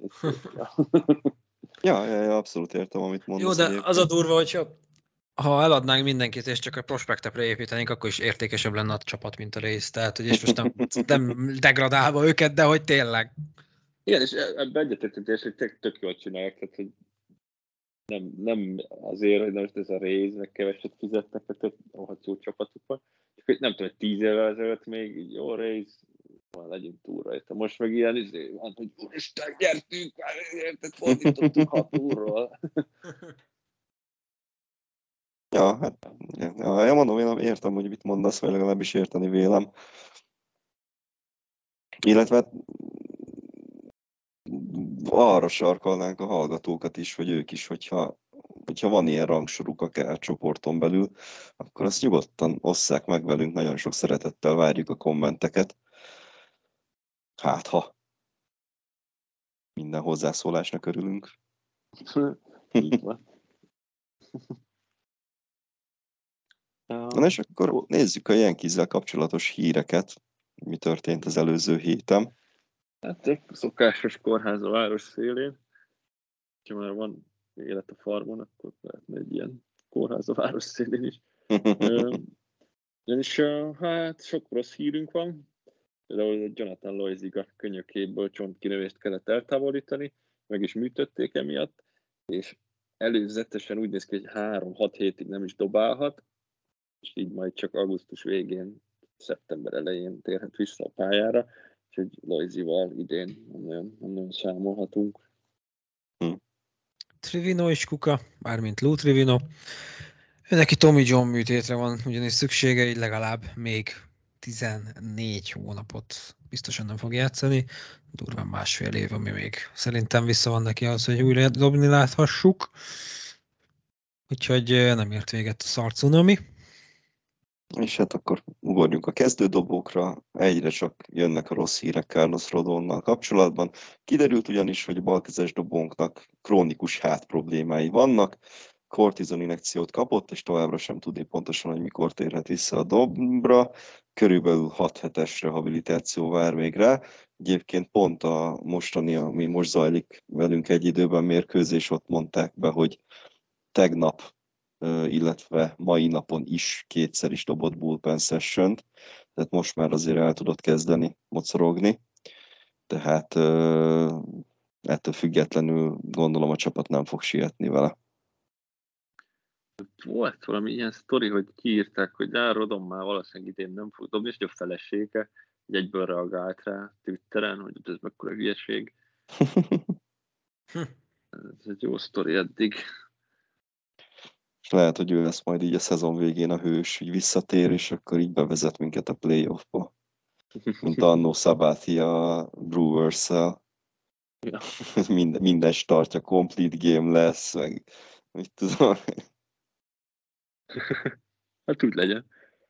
Ja, abszolút értem, amit mondasz. Jó, de egyébként. Az a durva, hogyha ha eladnánk mindenkit, és csak a prospektepre építenénk, akkor is értékesebb lenne a csapat, mint a rész. Tehát, hogy és most nem degradálva őket, de hogy tényleg. Igen, és ebben egyetértés, hogy tök jól csinálják, tehát, hogy nem azért, hogy most ez a rész, meg keveset fizetnek, mert tök jó csapatuk van. És nem tudom, hogy 10 évvel ezelőtt még jó rész, már legyünk túl rajta. Most meg ilyen van, hogy úristen, gyertünk, érted, fordítottuk 6 túlról. Ja, hát én mondom, én értem, hogy mit mondasz, vagy legalábbis érteni vélem. Illetve arra sarkalnánk a hallgatókat is, hogy ők is, hogyha van ilyen rangsoruk akár csoporton belül, akkor azt nyugodtan osszák meg velünk, nagyon sok szeretettel várjuk a kommenteket. Hát ha minden hozzászólásnak örülünk. Így van. Na és akkor nézzük a Yankees-zel kapcsolatos híreket, mi történt az előző héten. Hát egy szokásos kórház a város szélén. Ha már van élet a farmon, akkor lehetne egy ilyen kórház a város szélén is. És hát sok rossz hírünk van. Például Jonathan Loisig a könyökéből csontkinövést kellett eltávolítani, meg is műtötték emiatt, és előzetesen úgy néz ki, hogy 3-6 hétig nem is dobálhat, és így majd csak augusztus végén, szeptember elején térhet vissza a pályára, úgyhogy Loisival idén nem nagyon számolhatunk. Trivino is kuka, mármint Lou Trivino. Neki Tommy John műtétre van ugyanis szüksége, így legalább még 14 hónapot biztosan nem fog játszani. Durván 1,5 év, ami még szerintem vissza van neki az, hogy újra dobni láthassuk. Úgyhogy nem ért véget a szarcunami. És hát akkor ugorjunk a kezdődobókra, egyre csak jönnek a rossz hírek Carlos Rodonnal kapcsolatban. Kiderült ugyanis, hogy a balkezes dobónknak krónikus hátproblémái vannak, kortizon injekciót kapott, és továbbra sem tudni pontosan, hogy mikor térhet vissza a dobra. Körülbelül 6 hetes rehabilitáció vár még rá. Egyébként pont a mostani, ami most zajlik velünk egy időben mérkőzés, ott mondták be, hogy tegnap, illetve mai napon is kétszer is dobott bullpen sessiont, tehát most már azért el tudott kezdeni mocorogni. Tehát ettől függetlenül gondolom a csapat nem fog sietni vele. Volt valami ilyen sztori, hogy kiírták, hogy Rodon már valószínűleg idén nem fog dobni, és a felesége egyből reagált rá Twitteren, hogy ez mekkora hülyeség. Ez egy jó sztori eddig. És lehet, hogy ő lesz majd így a szezon végén a hős, hogy visszatér, és akkor így bevezet minket a playoffba. Mint annó Sabathia a Brewers-szel. Ja. Minden startja complete game lesz, meg mit tudom. Hát úgy legyen.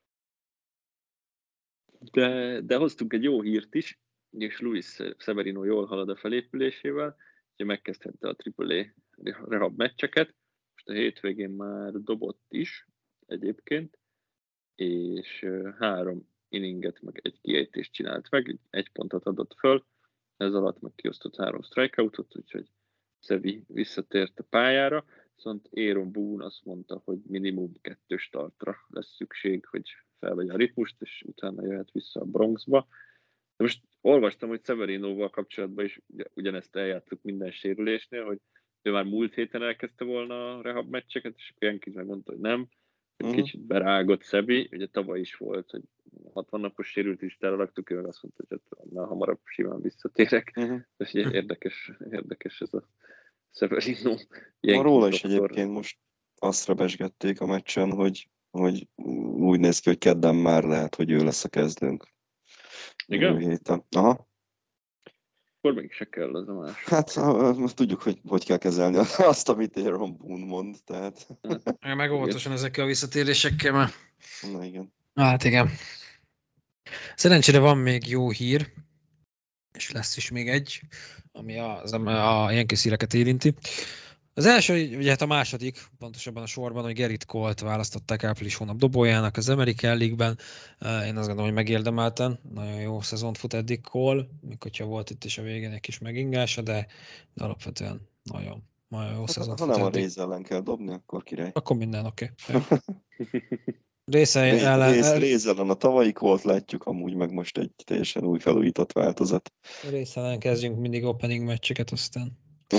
De hoztunk egy jó hírt is, és Luis Severino jól halad a felépülésével, hogy megkezdhette a AAA rehab meccseket, most a hétvégén már dobott is egyébként, és 3 inninget, meg 1 kiejtést csinált meg, 1 pontot adott föl, ez alatt meg kiosztott 3 strikeoutot, úgyhogy Sevi visszatért a pályára, viszont Aaron Boone azt mondta, hogy minimum 2 startra lesz szükség, hogy felvegye a ritmust, és utána jöhet vissza a Bronxba. De most olvastam, hogy Severinóval kapcsolatban is ugyanezt eljátszuk minden sérülésnél, hogy ő már múlt héten elkezdte volna a rehab meccseket, és akkor Yankees megmondta, hogy nem, hogy kicsit berágott Sebi, ugye tavaly is volt, hogy 60 napos sérült is elraktuk, ő meg azt mondta, hogy már hamarabb simán visszatérek. És érdekes ez a Severino. Róla is egyébként most azt rebesgették a meccsen, hogy úgy néz ki, hogy kedden már lehet, hogy ő lesz a kezdőnk. Igen? Héten. Aha. Akkor meg se kell az a más. Hát tudjuk, hogy kell kezelni azt, amit Aaron Boone mond. Tehát. Meg óvatosan ezekkel a visszatérésekkel, mert... Na igen. Hát igen. Szerencsére van még jó hír, és lesz is még egy, ami a Yankees híreket érinti. Az első, ugye hát a második, pontosabban a sorban, hogy Gerrit Cole-t választották április hónap dobójának az American League-ben. Én azt gondolom, hogy megérdemelten. Nagyon jó szezont fut eddig Cole, még hogyha volt itt is a végén egy kis megingása, de alapvetően nagyon jó szezont fut eddig. Ha nem a Rays ellen kell dobni, akkor király. Akkor minden oké. Rays ellen a tavalyi Cole-t látjuk, amúgy meg most egy teljesen új felújított változat. Rays ellen kezdjünk mindig opening meccseket, aztán...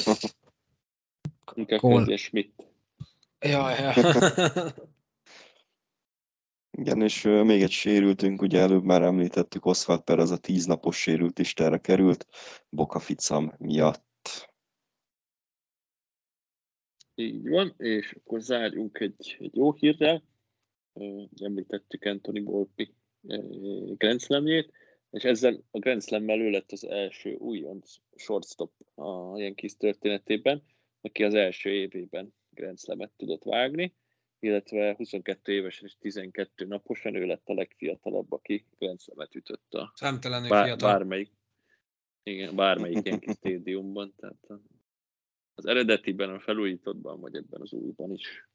Inkább kezdje Schmidt. Ja. Igen, és még egy sérültünk, ugye előbb már említettük, Oswald Perez a 10 napos sérült listára került, Boca Ficam miatt. Így van, és akkor zárjunk egy jó hírrel. Említettük Anthony Volpe Grand Slamjét, és ezzel a Grand Slammel ő lett az első újonc shortstop a Yankees történetében, aki az első évében Grand Slamet tudott vágni, illetve 22 évesen és 12 naposan ő lett a legfiatalabb, aki Grand Slamet ütött a Szemtelenül fiatal. Bármelyik Yankee stadiumban, tehát az eredetiben, a felújítottban, vagy ebben az újban is.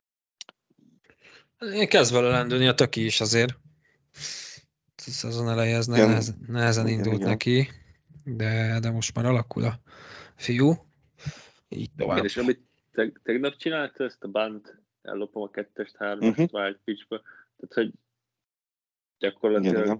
Kezd vele lendülni a Töki is azért. A szezon elején ez nehezen indult neki. de most már alakul a fiú. Így tovább. Igen, és amit tegnap csinálta, ezt a bunt, ellopom a 2-est, 3-ast wild pitchbe, tehát hogy gyakorlatilag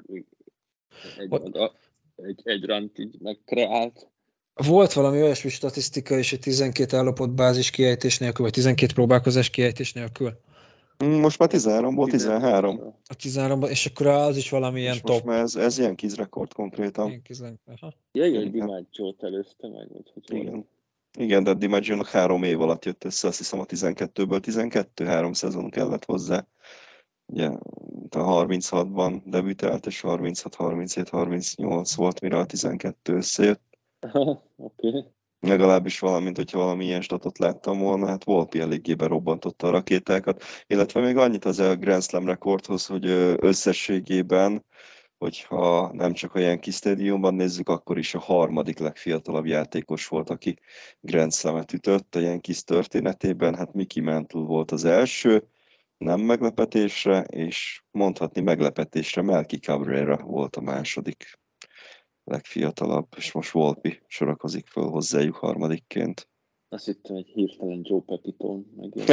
egy runt így megkreált. Volt valami olyasmi statisztika is, hogy 12 ellopott bázis kiejtés nélkül, vagy 12 próbálkozás kiejtés nélkül. Most már 13-ból 13. A 13-ban, és akkor az is valamilyen top. Most már ez ilyen kizrekord konkrétan. Igen, hogy DiMaggio-t előzte meg. Igen, de DiMaggio-nak 3 év alatt jött össze, azt hiszem a 12-ből 12, 3 szezon kellett hozzá. Ugye a 36-ban debütált, és 36, 37, 38 volt, mire a 12 összejött. Okay. Legalábbis valamint, hogyha valami ilyen statot láttam volna, hát Volpi eléggé berobbantotta a rakétákat, illetve még annyit az a Grand Slam rekordhoz, hogy összességében, hogyha nem csak a Yankee Stadiumban nézzük, akkor is a 3. legfiatalabb játékos volt, aki Grand Slamet ütött a Yankees történetében. Hát Mickey Mantle volt az első, nem meglepetésre, és mondhatni meglepetésre Melky Cabrera volt a második legfiatalabb, és most Volpi sorakozik föl hozzájuk 3-ként. Azt hittem, egy hirtelen Joe Pepitone megjelni.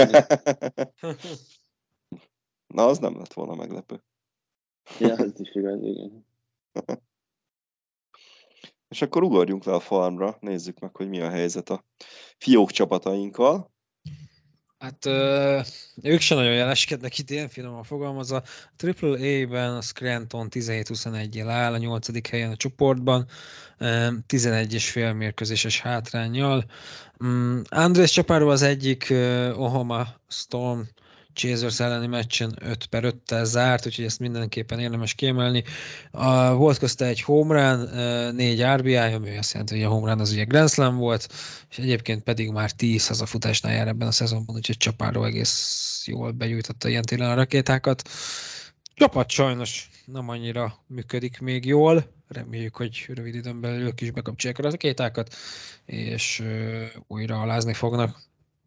Na, az nem lett volna meglepő. Ja, ez is igaz, igen. És akkor ugorjunk le a farmra, nézzük meg, hogy mi a helyzet a fiók csapatainkkal. Hát ők sem nagyon jeleskednek idén, finoman fogalmazva. A AAA-ben a Scranton 17-21-jel áll, a 8. helyen a csoportban, 11,5 mérkőzéses hátránnyal. Andrés Chaparro az egyik Omaha Storm Chasers elleni meccsen 5-5-tel zárt, úgyhogy ezt mindenképpen érdemes kiemelni. Volt közte egy home run, 4 RBI, ami azt jelenti, hogy a home run az ugye Grand Slam volt, és egyébként pedig már 10 hazafutásnál jár ebben a szezonban, úgyhogy Chaparro egész jól begyújtotta ilyen télen a rakétákat. Csapat sajnos nem annyira működik még jól, reméljük, hogy rövid időn belül ők is bekapcsolják a rakétákat, és újra alázni fognak.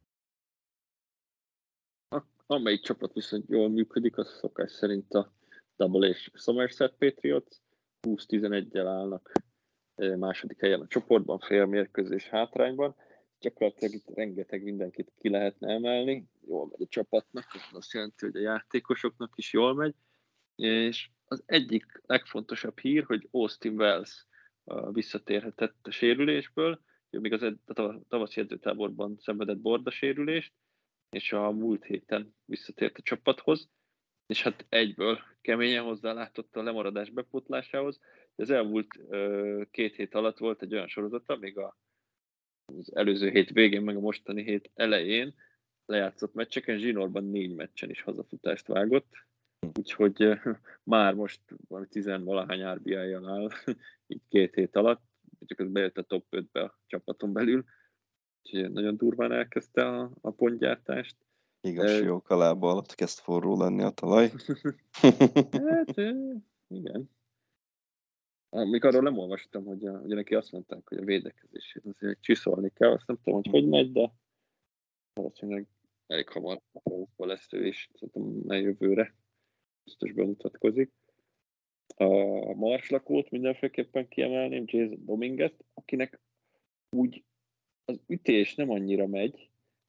Amelyik csapat viszont jól működik, az szokás szerint a Double és Somerset Patriots. 20-11-jel állnak második helyen a csoportban, fél mérkőzés hátrányban. Gyakorlatilag itt rengeteg mindenkit ki lehetne emelni. Jól megy a csapatnak, ez azt jelenti, hogy a játékosoknak is jól megy. És az egyik legfontosabb hír, hogy Austin Wells visszatérhetett a sérülésből. Ő még a tavaszi edzőtáborban szenvedett bordasérülést, és a múlt héten visszatért a csapathoz, és hát egyből keményen hozzálátott a lemaradás bepótlásához. Az elmúlt 2 hét alatt volt egy olyan sorozata, még az előző hét végén, meg a mostani hét elején lejátszott meccseken, zsinórban 4 meccsen is hazafutást vágott, úgyhogy már most valami 10-valahány RBI-jal áll, így 2 hét alatt, csak ez bejött a top 5-be a csapaton belül, úgyhogy nagyon durván elkezdte a pontgyártást. Igaz, jók a lába alatt kezd forró lenni a talaj. Hát, igen. Még arról nem olvastam, hogy neki azt mondták, hogy a védekezését azért csiszolni kell, azt nem tudom, hogy megy, de valószínűleg elég hamar lesz ő is, szerintem jövőre biztos bemutatkozik. A marslakót mindenféleképpen kiemelném, Jason Dominguez-t, akinek úgy az ütés nem annyira megy,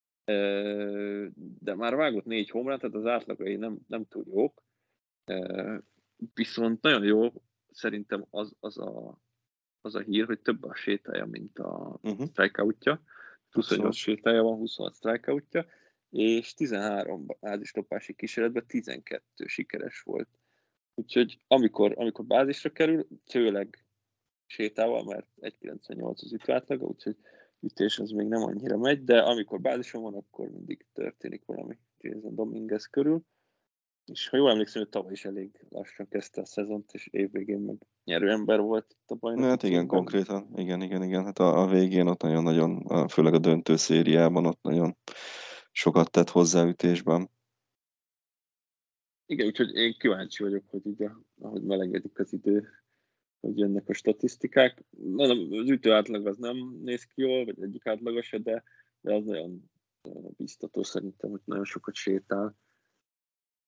de már vágott 4 home run, tehát az átlagai nem túl jók. Viszont nagyon jó szerintem az a hír, hogy több a sétája, mint a strikeoutja. 28 sétája van, 26 strikeoutja, és 13 bázislopási kísérletben 12 sikeres volt. Úgyhogy amikor bázisra kerül, főleg sétával, mert 1,98 az ütőátlaga, úgyhogy ütés az még nem annyira megy, de amikor bázison van, akkor mindig történik valami Jason Dominguez körül. És ha jól emlékszem, hogy tavaly is elég lassan kezdte a szezont, és évvégén meg nyerő ember volt itt a bajnok. Hát igen, konkrétan. Igen. Hát a végén ott nagyon, főleg a döntő szériában ott nagyon sokat tett hozzáütésben. Igen, úgyhogy én kíváncsi vagyok, hogy így ahogy melegedik az idő, hogy jönnek a statisztikák. Az ütő átlag az nem néz ki jól, vagy egyik átlaga se, de az nagyon biztató szerintem, hogy nagyon sokat sétál.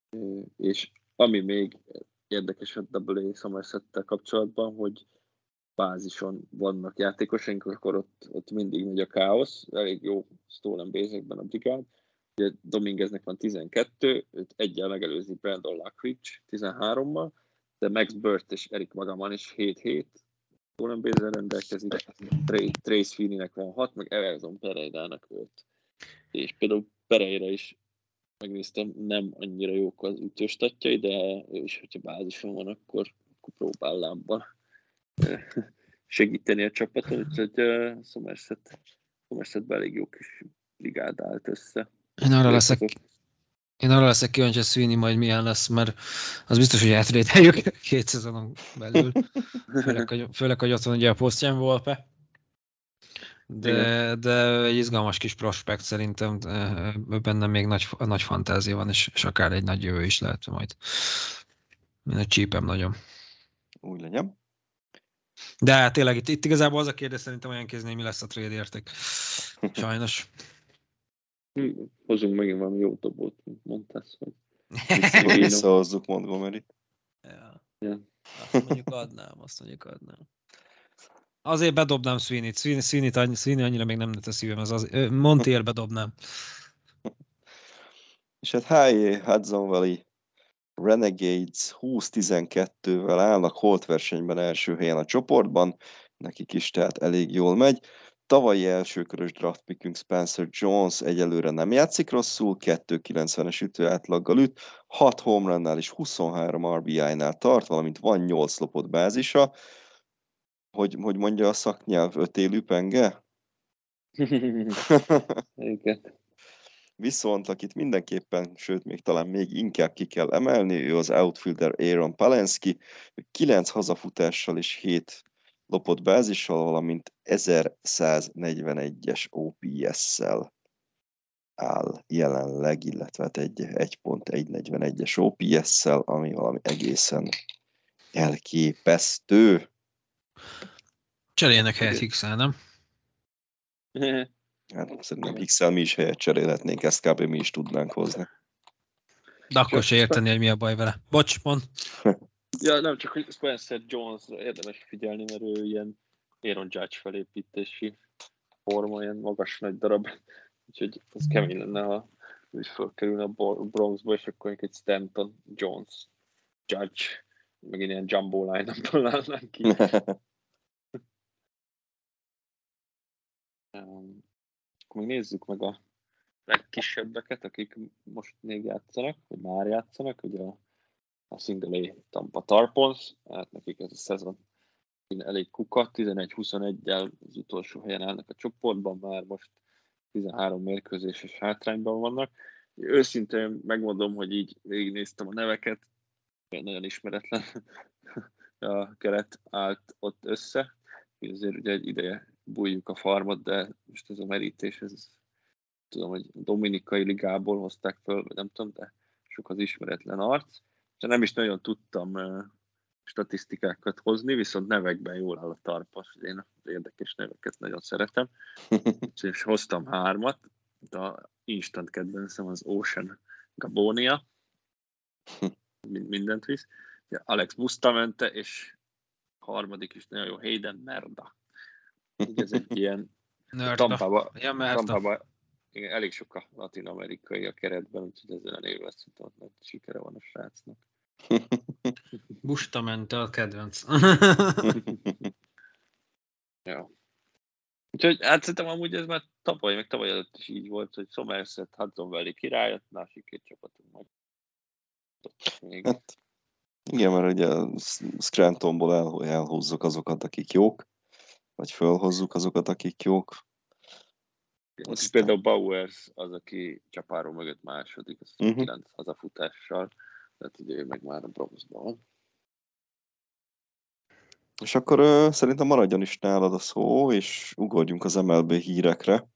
És ami még érdekes a AA Somersettel kapcsolatban, hogy bázison vannak játékosaink, akkor ott mindig megy a káosz, elég jó stolen base-ekben a brigád. Ugye Domingueznek van 12, őt egyel megelőzi Brandon Lockridge 13-mal, de Max Burt és Eric Magaman is 7-7 stolen base-en rendelkezik, Trace Feeneynek van 6, meg Everson Pereirának 5. És például Pereira is megnéztem, nem annyira jók az ütőstatjai, de ő is, hogyha bázison van, akkor próbál lábban segíteni a csapaton, úgyhogy Somersetben elég jó kis brigád állt össze. Én arra leszek kíváncsi, hogy Sweeney majd milyen lesz, mert az biztos, hogy átrételjük 2 szezonon belül. Főleg, hogy ott van ugye a posztján Volpe. De egy izgalmas kis prospekt szerintem, benne még nagy fantázia van, és akár egy nagy jövő is lehet majd. Én egy csípem nagyon. Úgy legyen. De hát tényleg itt igazából az a kérdés szerintem olyan kézni, mi lesz a trade érték. Sajnos. Hozunk megint valami jó dobót, mint mondtál. Visszahozzuk Montgomery-t. Ja. Azt mondjuk adnám. Azért bedobnám Sweeney-t. Sweeney annyira még nem nőtt a szívem, Montiel bedobnám. És hát H.A. Hudson Valley Renegades 20-12-vel állnak holt versenyben első helyen a csoportban, nekik is tehát elég jól megy. Tavalyi elsőkörös draft pickünk Spencer Jones egyelőre nem játszik rosszul, 2.90-es ütőátlaggal üt, 6 home runnál és 23 RBI-nál tart, valamint van 8 lopott bázisa. Hogy mondja a szaknyelv, 5 élő penge? Viszont akit mindenképpen, sőt még talán még inkább ki kell emelni, ő az outfielder Aaron Palensky, 9 hazafutással és 7 lopott bázissal, valamint 1141-es OPS-szel áll jelenleg, illetve hát egy 1.141-es OPS-szel, ami valami egészen elképesztő. Cserélnek helyet Hicksel, nem? Hát szerintem Hicksel mi is helyet cserélhetnénk, ezt kb. Mi is tudnánk hozni. De akkor se érteni, hogy mi a baj vele. Bocs, mond. Ja, nem csak, hogy Spencer Jones érdemes figyelni, mert ő ilyen Aaron Judge felépítési forma, ilyen magas nagy darab. Úgyhogy az kemény lenne, ha ő is fölkerülne a Bronxba, és akkor egy Stanton, Jones, Judge, meg ilyen jumbo line-upból állnánk ki. Akkor még nézzük meg a legkisebbeket, akik most még játszanak, vagy már játszanak, ugye a Single A Tampa Tarpons, hát nekik ez a szezon elég kuka, 11-21-del az utolsó helyen állnak a csoportban, már most 13 mérkőzéses hátrányban vannak. Őszintén megmondom, hogy így végignéztem a neveket, nagyon ismeretlen a keret állt ott össze, azért ugye egy ideje bújjuk a farmot, de most ez a merítés, ez tudom, hogy Dominikai ligából hozták föl, vagy nem tudom, de sok az ismeretlen arc. És nem is nagyon tudtam statisztikákat hozni, viszont nevekben jól áll a Tarpas, én az érdekes neveket nagyon szeretem. És hoztam 3, de instant kedvencem az Ocean Gabonia, mindent visz. Alex Bustamante, és harmadik is nagyon jó, Hayden Merda. Ugye ez egy ilyen Tampában igen, elég sok a latin-amerikai a keretben, úgyhogy ezzel a névvel szerintem nagy sikere van a srácnak. Bustamante a kedvenc. Ja. Úgyhogy hát szerintem amúgy ez már tavaly előtt is így volt, hogy Somerset, Hudson Valley királyot, másik 2 csapatunk majd. Hát, igen, mert ugye Scrantonból elhúzzuk azokat, akik jók, vagy fölhozzuk azokat, akik jók. Most például Bauers az, aki Csapáró mögött második, az 9 hazafutással, tehát ugye ő meg már a Bronxban van. És akkor szerintem maradjon is nálad a szó, és ugorjunk az MLB hírekre.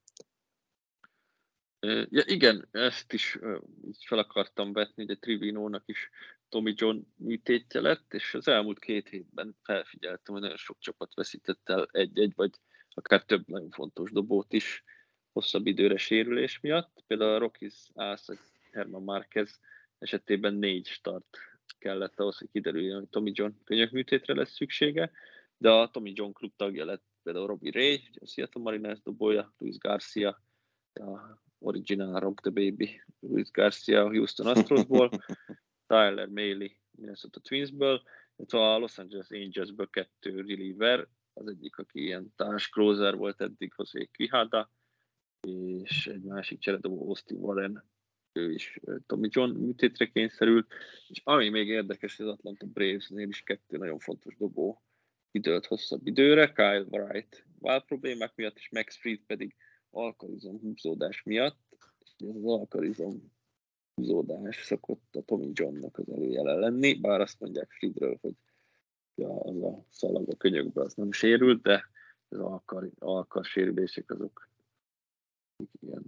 Ja, igen, ezt is így fel akartam vetni, hogy a Trivinónak is Tommy John műtétje lett, és az elmúlt 2 hétben felfigyeltem, hogy nagyon sok csapat veszített el egy vagy akár több nagyon fontos dobót is hosszabb időre sérülés miatt. Például a Rockies Ász, Herman Márquez esetében 4 start kellett ahhoz, hogy kiderüljön, hogy Tommy John könyökműtétre lesz szüksége. de a Tommy John klub tagja lett például Robbie Ray, a Seattle Mariners dobója, Luis Garcia, a original Rock the Baby, Luis Garcia a Houston Astrosból, Tyler Mahle, Minnesota Twinsből, a Los Angeles Angelsből 2 reliever, az egyik, aki ilyen társ closer volt eddig, José Quijada, és egy másik cseredobó, Austin Warren, ő is Tommy John műtétre kényszerült, és ami még érdekes, az Atlanta Bravesnél is 2 nagyon fontos dobó időlt hosszabb időre, Kyle Wright váll problémák miatt, és Max Fried pedig alkalizom húzódás miatt, és ez az alkalizom húzódás szokott a Tommy Johnnak az előjele lenni, bár azt mondják Friedről, hogy az a szalag a könyökbe az nem sérült, de az alkar sérülések azok ilyen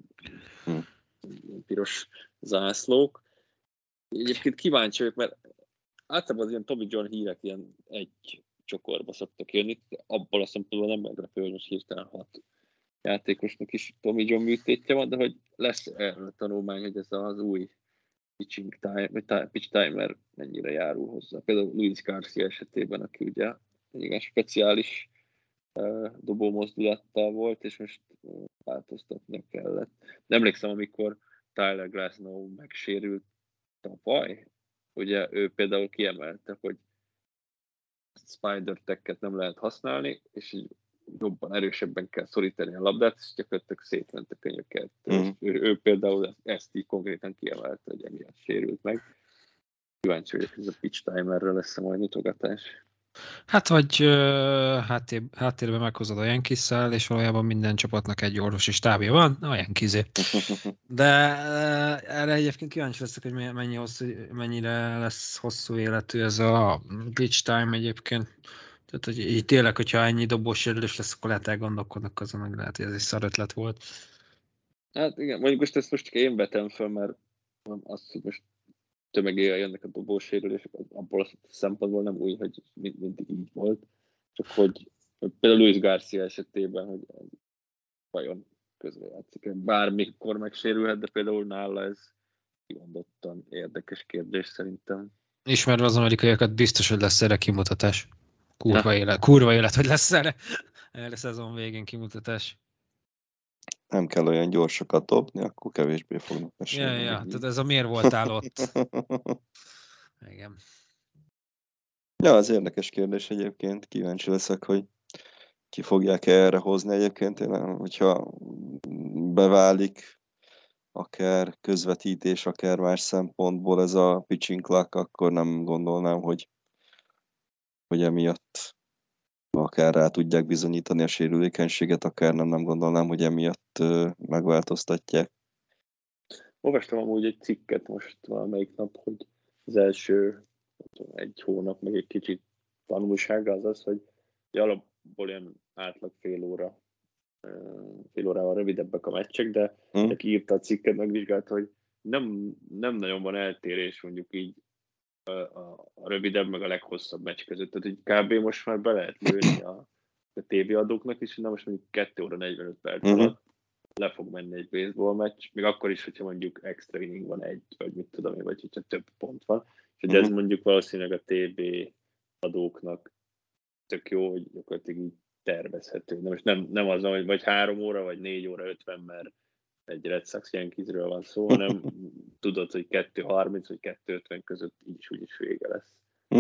piros zászlók. Egyébként kíváncsi vagyok, mert általában az ilyen Tommy John hírek ilyen egy csokorba szoktak jönni, abból a szempontból nem meglepő, hogy most hirtelen 6 játékosnak is Tommy John műtétje van, de hogy lesz erről a tanulmány, hogy ez az új pitch timer mennyire járul hozzá. Például Luis Garcia esetében, aki ugye igen speciális dobó mozdulattal volt, és most változtatnia kellett. De emlékszem, amikor Tyler Glasnow megsérült tavaly, ugye ő például kiemelte, hogy spider tech-et nem lehet használni, és így jobban, erősebben kell szorítani a labdát, és gyakorlatilag szétment a könyöket. Ő például ezt így konkrétan kiemelte, hogy emiatt sérült meg. Kíváncsi vagyok, ez a pitch timerről lesz a majd mutogatás. Hát vagy háttérben meghozod a Yankees-szel, és valójában minden csapatnak egy orvosi stábja van, a Yankees-é. De erre egyébként kíváncsi leszek, hogy mennyire lesz hosszú életű ez a pitch time egyébként. Tehát, hogy így tényleg, hogyha ennyi dobósérülés lesz, akkor lehet elgondolkodnak azon, hogy lehet, hogy ez egy szar ötlet volt. Hát igen, mondjuk most csak én vetem fel, mert azt, hogy most tömegével jönnek a dobósérülések, abból a szempontból nem új, hogy mindig így volt. Csak hogy például Luis Garcia esetében, hogy vajon közrejátszik. Bármikor megsérülhet, de például nála ez kimondottan érdekes kérdés szerintem. Ismerve az amerikaiakat, biztos, hogy lesz erre kimutatás. Kurva élet, hogy lesz erre szezon végén kimutatás. Nem kell olyan gyorsokat dobni, akkor kevésbé fognak mesélni. Ja, tehát ez a miért voltál ott? Igen. Ja, az érdekes kérdés egyébként. Kíváncsi leszek, hogy ki fogják erre hozni egyébként. Hogyha beválik akár közvetítés, akár más szempontból ez a pitching clock, akkor nem gondolnám, hogy emiatt akár rá tudják bizonyítani a sérülékenységet, akár nem gondolnám, hogy emiatt megváltoztatják. Olvastam amúgy egy cikket most valamelyik nap, hogy az első egy hónap, meg egy kicsit tanulsága az, hogy alapból ilyen átlag fél órával rövidebbek a meccsek, de aki írta a cikket, megvizsgálta, hogy nem nagyon van eltérés mondjuk így a rövidebb, meg a leghosszabb meccs között. Tehát, hogy kb. Most már be lehet lőni a tévéadóknak is, hogy most mondjuk 2 óra 45 perc alatt le fog menni egy baseball meccs, még akkor is, hogyha mondjuk extra inning van vagy mit tudom én, vagy hogyha több pont van. És hogy ez mondjuk valószínűleg a tévéadóknak tök jó, hogy gyakorlatilag így tervezhető. De most nem az, hogy vagy 3 óra, vagy 4 óra 50, mert egy Red Sox Yankeesről van szó, hanem tudod, hogy 2:30 vagy 2:50 között így úgyis vége lesz.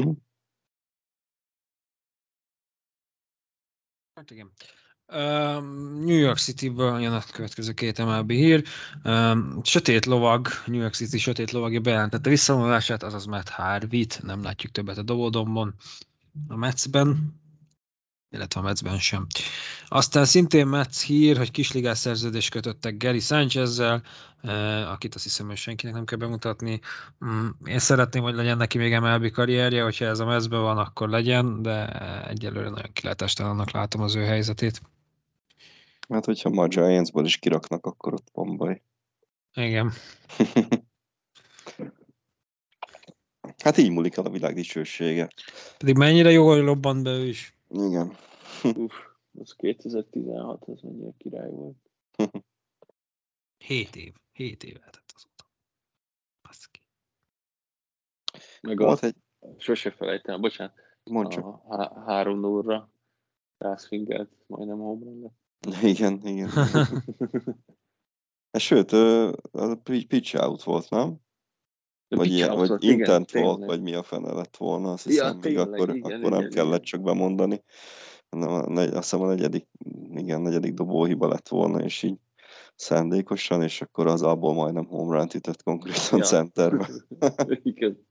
Hát igen. New York City-ből jön a következő 2 MLB hír. Sötét lovag, New York City sötét lovagja bejelentette visszavonulását, azaz Matt Harvey-t, nem látjuk többet a dobódombon a Metsben, illetve a Metsben sem. Aztán szintén Mets hír, hogy kisligás szerződést kötöttek Gary Sanchezzel, akit azt hiszem, hogy senkinek nem kell bemutatni. Én szeretném, hogy legyen neki még MLB karrierje, hogyha ez a Metsben van, akkor legyen, de egyelőre nagyon kilátástalannak látom az ő helyzetét. Hát, hogyha ma a Giantsból is kiraknak, akkor ott van baj. Igen. Hát így múlik el a világ dicsősége. Pedig mennyire jól lobbant be ő is. Igen. Az 2016, az mennyire király volt. 7 év lehetett azóta. Baszki. Meg Volt egy... Sose felejtem, bocsánat. Mondd csak. A 3-0-ra Rászfingelt, majdnem home run lett. Igen. Sőt, a pitch out volt, nem? Vagy intent volt, vagy mi a fene lett volna, azt hiszem, még akkor nem kellett csak bemondani. Azt hiszem a negyedik dobóhiba lett volna, és így szándékosan, és akkor az abból majdnem home run-t ütött konkrétan centerbe. Igen.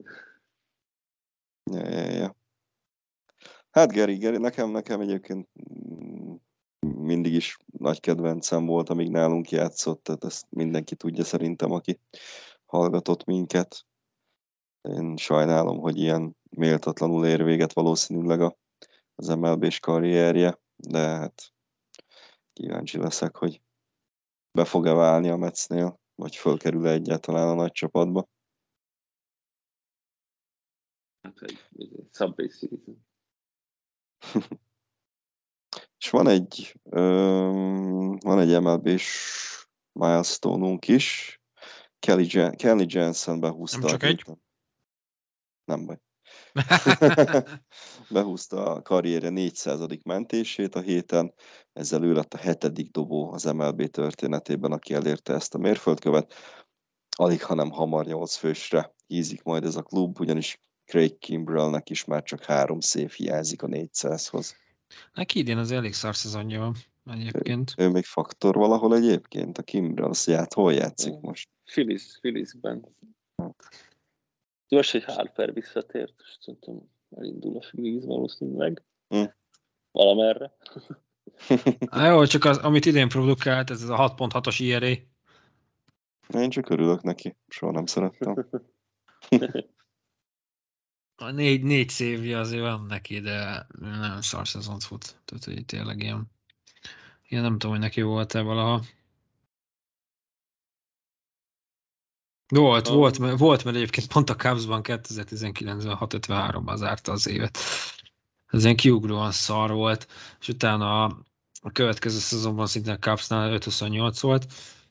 Ja. Hát Gary, nekem egyébként mindig is nagy kedvencem volt, amíg nálunk játszott, tehát ezt mindenki tudja szerintem, aki hallgatott minket. Én sajnálom, hogy ilyen méltatlanul ér véget valószínűleg az MLB-s karrierje, de hát kíváncsi leszek, hogy be fog-e válni a Metsnél, vagy fölkerül-e egyáltalán a nagy csapatba. Hát egy Subway Series. És van egy MLB-s milestone-unk is. Kenley Jansen behúzta. Nem csak egy? Nem baj. Behúzta a karrierje 400. mentését a héten, ezzel ő lett a 7. dobó az MLB történetében, aki elérte ezt a mérföldkövet. Alig, hanem hamar 8 fősre hízik majd ez a klub, ugyanis Craig Kimbrellnek is már csak 3 szév hiányzik a 400-hoz. Neki idén az elég szar szezonja van egyébként. Ő még faktor valahol egyébként, a Kimbrell, azt hol játszik most? Philliesben. Most, hogy Harper visszatért, és szerintem elindul a Phillies valószínűleg. Valamerre. Jó, csak az, amit idén produkált, ez a 6.6-os ERA. Én csak örülök neki, soha nem szerettem. A 4 szévje azért van neki, de nagyon szar szezont fut. Tehát, hogy tényleg ilyen nem tudom, hogy neki volt-e valaha. Volt, mert egyébként pont a Cubsban 2019-ben 6.53-ban zárta az évet. Ez ilyen kiugróan szar volt, és utána a következő szezonban szintén a Cubsnál 5.28 volt.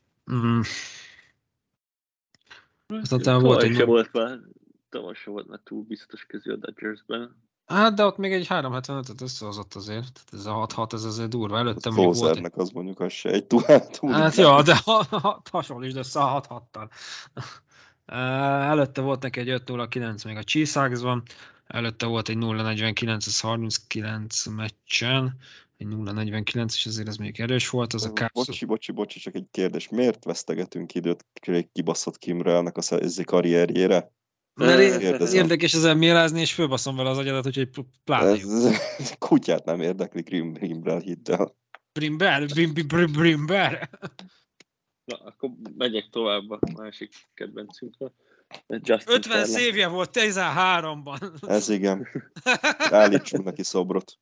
Aztán volt egy... Tavaly se volt már túl biztos közül a Dodgersben. Hát, de ott még egy 3.75-öt összehozott azért. Tehát ez a 6-6, ez azért durva. Előtte a mondjuk volt egy... az mondjuk az se egy túl. Hát jó, de hasonlítsd össze a 6-6-tal. Előtte volt neki egy 5-0-9 még a Chiefs-ban. Előtte volt egy 0-49-39 meccsen. Egy 0-49, és azért ez még erős volt. Az a Bocsi, csak egy kérdés. Miért vesztegetünk időt kibaszott Kimbrellnek a karrierjére? Érdekes ezen mélázni, és fölbaszom vele az agyadat, úgyhogy pláne jó. Kutyát nem érdekli Kimbrell, hidd el. Brimber. Na, akkor megyek tovább a másik kedvencünkre. 50 szévje volt 13-ban. Ez igen. Állítsunk neki szobrot.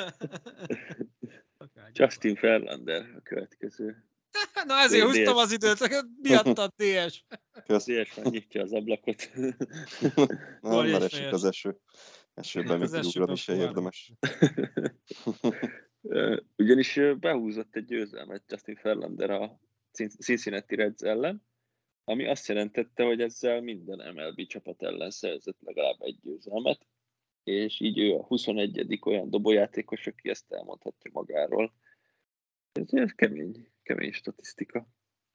Justin Verlander a következő. Na ezért húztam az időt, miattad DS. DS már nyitja az ablakot. Nem, mert esik az eső. Esőben még kiugrani se érdemes. Ugyanis behúzott egy győzelmet Justin Verlander a Cincinnati Reds ellen, ami azt jelentette, hogy ezzel minden MLB csapat ellen szerzett legalább egy győzelmet, és így ő a 21. olyan dobójátékos, aki ezt elmondhatja magáról. Ez kemény statisztika.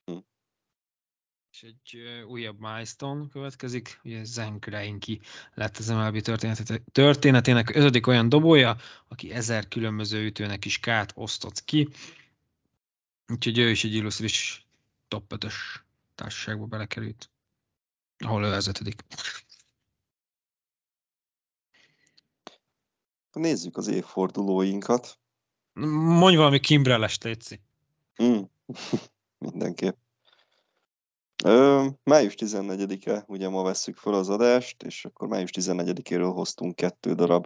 És egy újabb milestone következik, ugye Zach Greinke lett az MLB történetének 5. olyan dobója, aki 1000 különböző ütőnek is kát osztott ki. Úgyhogy ő is egy illusztris top 5-ös társaságba belekerült, ahol ő az 5. Nézzük az évfordulóinkat. Mondj valami Kimbrell-est, létszi. Mindenképp. Május 14-e, ugye ma vesszük fel az adást, és akkor május 14-éről hoztunk 2 darab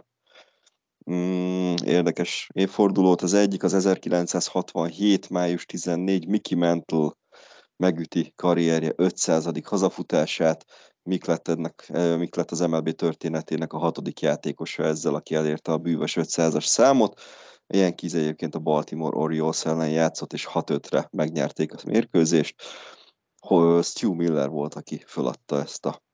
érdekes évfordulót. Az egyik az 1967. május 14. Mickey Mantle megüti karrierje 500. hazafutását. Mik lett az MLB történetének a 6. játékosa ezzel, aki elérte a bűvös 500-as számot. A Yankees egyébként a Baltimore Orioles ellen játszott, és 6-5-re megnyerték a mérkőzést. Stu Miller volt, aki föladta ezt a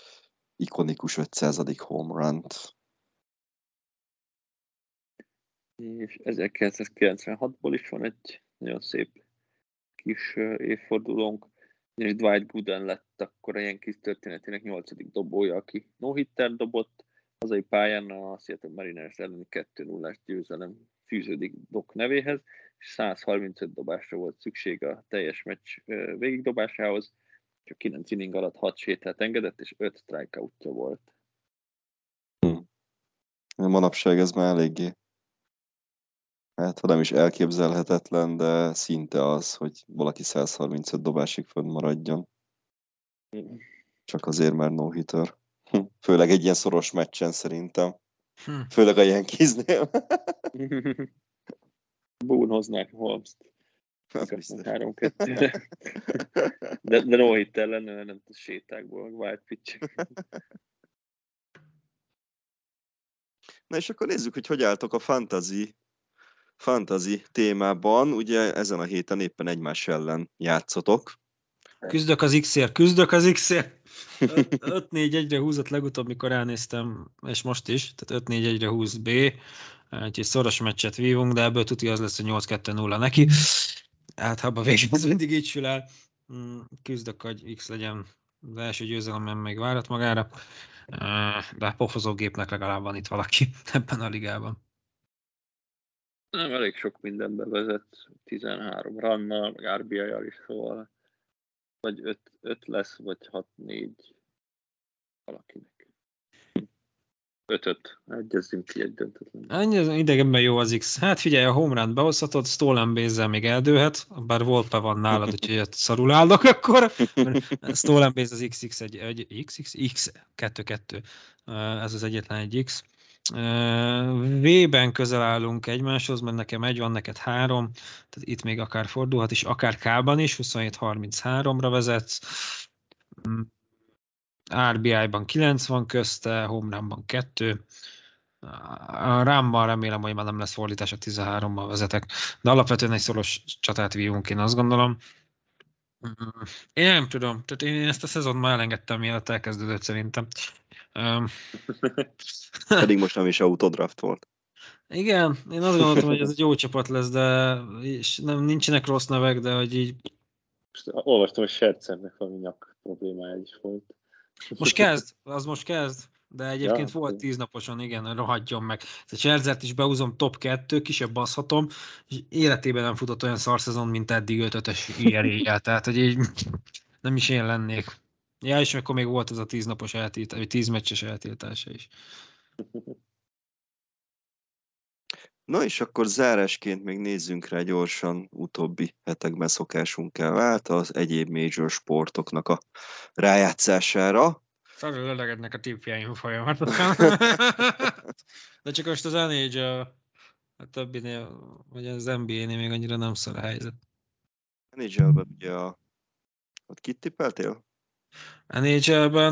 ikonikus 500. home run-t. És 1996-ból is van egy nagyon szép kis évfordulónk, és Dwight Gooden lett akkor a Yankees történetének 8. dobója, aki no-hitter dobott, hazai pályán a Seattle Mariners elleni 2-0-ás győzelem fűződik Doc nevéhez, és 135 dobásra volt szükség a teljes meccs végigdobásához, csak 9 inning alatt 6 sétát engedett, és 5 strikeoutja volt. Manapság ez már eléggé, hát ha nem is elképzelhetetlen, de szinte az, hogy valaki 135 dobásig fönn maradjon. Csak azért, mert no-hitter. Főleg egy ilyen szoros meccsen szerintem. Főleg a Yankeesnél. Boone hoznák Holmes-t. 3-2. De no-hitter lenne, nem tud sétákból, wild pitch. Na és akkor nézzük, hogy álltok a fantasy témában. Ugye ezen a héten éppen egymás ellen játszotok. Küzdök az X-ért. 5-4-1-re húzott legutóbb, mikor elnéztem, és most is, tehát 5-4-1-re húz B, úgyhogy szoros meccset vívunk, de ebből tuti az lesz, hogy 8-2-0 neki. Általában végül ez mindig így sül el. Küzdök, hogy X legyen az első győzelem, még várat magára, de pofozógépnek legalább van itt valaki ebben a ligában. Nem, elég sok mindenbe vezet, 13 runnal, meg RBI-jal is, szóval vagy 5 lesz, vagy 6-4 valakinek. 5-5, egyezzünk ki egy döntetlen. Ennyi idegenben jó az X. Hát figyelj, a home run behozhatod, stolen base-zel még eldőlhet, bár Volpe van nálad, úgyhogy szarul állnak akkor. Stolen base az XX X 2-2. Ez az egyetlen egy X. V-ben közel állunk egymáshoz, mert nekem 1 van, neked 3, tehát itt még akár fordulhat is, akár K-ban is, 27-33-ra vezetsz. RBI-ban 9 van közte, home run-ban 2. A rámban remélem, hogy már nem lesz fordítás, a 13-ban vezetek, de alapvetően egy szoros csatát vívunk, én azt gondolom. Én nem tudom, tehát én ezt a szezont már elengedtem, mielőtt elkezdődött szerintem. Pedig most nem is autodraft volt. Igen, én azt gondoltam, hogy ez egy jó csapat lesz, de nincsenek rossz nevek, de hogy így... Olvastam, hogy Scherzernek valami nyak problémája is volt. Most kezd, de egyébként ja, volt 10 naposan, igen, rohadjon meg. A Scherzert is behúzom top 2, kisebb baszhatom, és életében nem futott olyan szarszezon, mint eddig 5-5-ös IRA-jel, tehát hogy így nem is én lennék. Ja, és akkor még volt ez a 10 napos eltiltás, vagy 10 meccses eltiltása is. No és akkor zárásként még nézzünk rá gyorsan utóbbi hetekben szokásunkkal vált az egyéb major sportoknak a rájátszására. Szarul lelegednek a tippjeim folyamatosan. De csak most az NHL, a többinél, vagy az NBA-nél még annyira nem szar a helyzet. NHL-ben ugye ott kit tippeltél? NHL-ben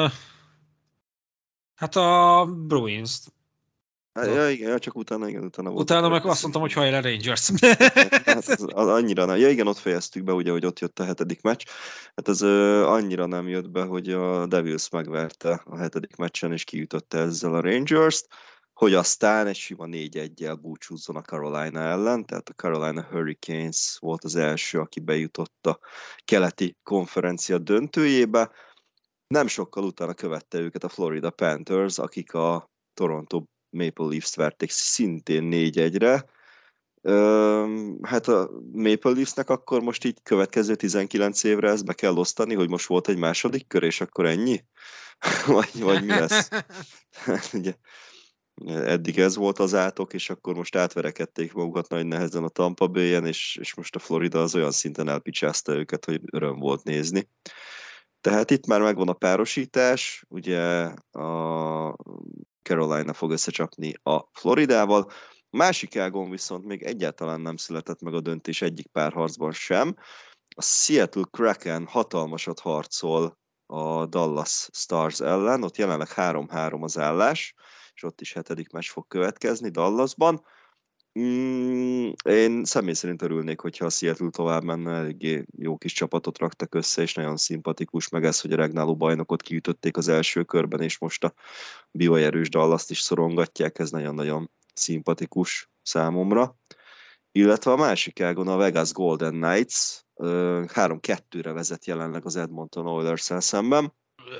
hát a Bruins-t. Ja, igen, csak utána volt. Utána meg azt mondtam, hogy hajrá Rangers. Hát az annyira nem. Ja igen, ott fejeztük be, ugye, hogy ott jött a 7. meccs. Hát az annyira nem jött be, hogy a Devils megverte a 7. meccsen, és kiütötte ezzel a Rangers-t, hogy aztán egy sima 4-1-jel búcsúzzon a Carolina ellen, tehát a Carolina Hurricanes volt az első, aki bejutott a keleti konferencia döntőjébe. Nem sokkal utána követte őket a Florida Panthers, akik a Toronto Maple Leafs-t verték szintén 4-1-re. Hát a Maple Leafsnek akkor most így következő 19 évre ezt be kell osztani, hogy most volt egy második kör, és akkor ennyi? vagy mi lesz? Ugye, eddig ez volt az átok, és akkor most átverekedték magukat nagy nehezen a Tampa Bay-en, és most a Florida az olyan szinten elpicsázta őket, hogy öröm volt nézni. Tehát itt már megvan a párosítás, ugye a Carolina fog összecsapni a Floridával. Másik ágon viszont még egyáltalán nem született meg a döntés egyik párharcban sem. A Seattle Kraken hatalmasat harcol a Dallas Stars ellen, ott jelenleg 3-3 az állás, és ott is 7. meccs fog következni Dallasban. Én személy szerint örülnék, hogyha a Seattle tovább menne, eléggé jó kis csapatot raktak össze, és nagyon szimpatikus, meg ez, hogy a regnáló bajnokot kiütötték az első körben, és most a bioerős Dallast is szorongatják, ez nagyon-nagyon szimpatikus. számomra. Illetve a másik ágon a Vegas Golden Knights 3-2-re vezet jelenleg az Edmonton Oilers-szel szemben.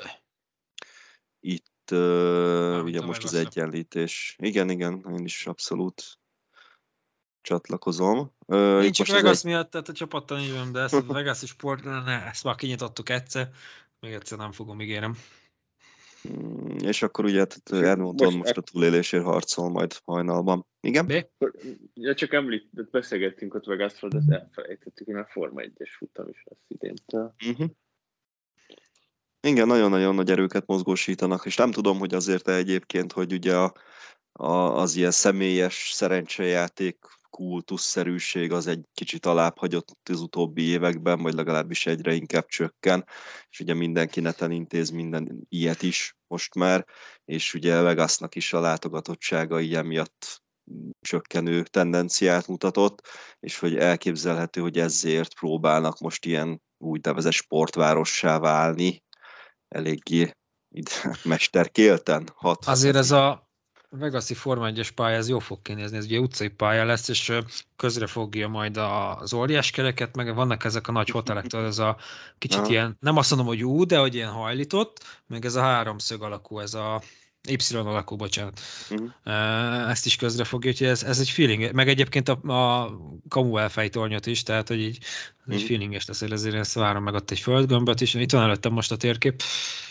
Itt ugye most az egyenlítés. Igen, én is abszolút csatlakozom. Én csak Vegas miatt, tehát a csapattal így van, de ezt a Vegas sport, ezt már kinyitottuk egyszer, még egyszer nem fogom, ígérem. És akkor ugye Edmonton most a túlélésért harcol majd hajnalban. Igen? Ja, csak beszélgettünk ott Vegasról, de ezt elfelejtettük, hogy már Forma 1-es futam is lesz idéntől. Igen, nagyon-nagyon nagy erőket mozgósítanak, és nem tudom, hogy azért egyébként, hogy ugye az ilyen személyes szerencsejáték kultuszszerűség az egy kicsit alább hagyott az utóbbi években, vagy legalábbis egyre inkább csökken, és ugye mindenki neten intéz minden ilyet is most már, és ugye Vegasnak is a látogatottsága ilyen miatt csökkenő tendenciát mutatott, és hogy elképzelhető, hogy ezért próbálnak most ilyen úgynevezett sportvárossá válni, eléggé mesterkélten. Azért ez a Vegas-i Forma 1-es pálya, ez jó fog kinézni, ez ugye utcai pálya lesz, és közre fogja majd az óriás kereket, meg vannak ezek a nagy hotelektől, ez a kicsit ilyen, nem azt mondom, hogy de hogy ilyen hajlított, meg ez a háromszög alakú, ez a Y alakú, bocsánat. Ezt is közre fogja, úgyhogy ez egy feeling, meg egyébként a Commonwealth tornyot is, tehát hogy így egy feelinges lesz, ezért ezt várom meg ott egy földgömböt is, itt van előttem most a térkép.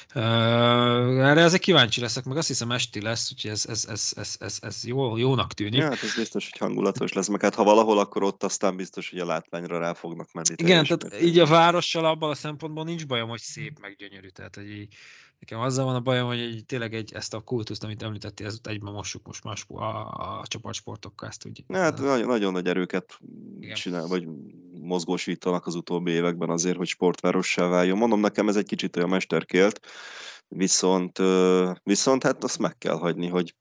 Erre ezek kíváncsi leszek, meg azt hiszem esti lesz, úgyhogy ez jónak tűnik. Ja, hát ez biztos, hogy hangulatos lesz, meg hát ha valahol, akkor ott aztán biztos, hogy a látványra rá fognak menni. Igen, tehát így a várossal abban a szempontból nincs bajom, hogy szép, meg gyönyörű, tehát hogy így, nekem azzal van a bajom, hogy tényleg ezt a kultuszt, amit említettél, ezt egyben mossuk most más a csapatsportokkal, ezt úgy. Hát nagyon nagy erőket csinál, vagy mozgósítanak az utóbbi években azért, hogy sportvárossá váljon. Mondom, nekem ez egy kicsit olyan mesterkélt, viszont hát azt meg kell hagyni, hogy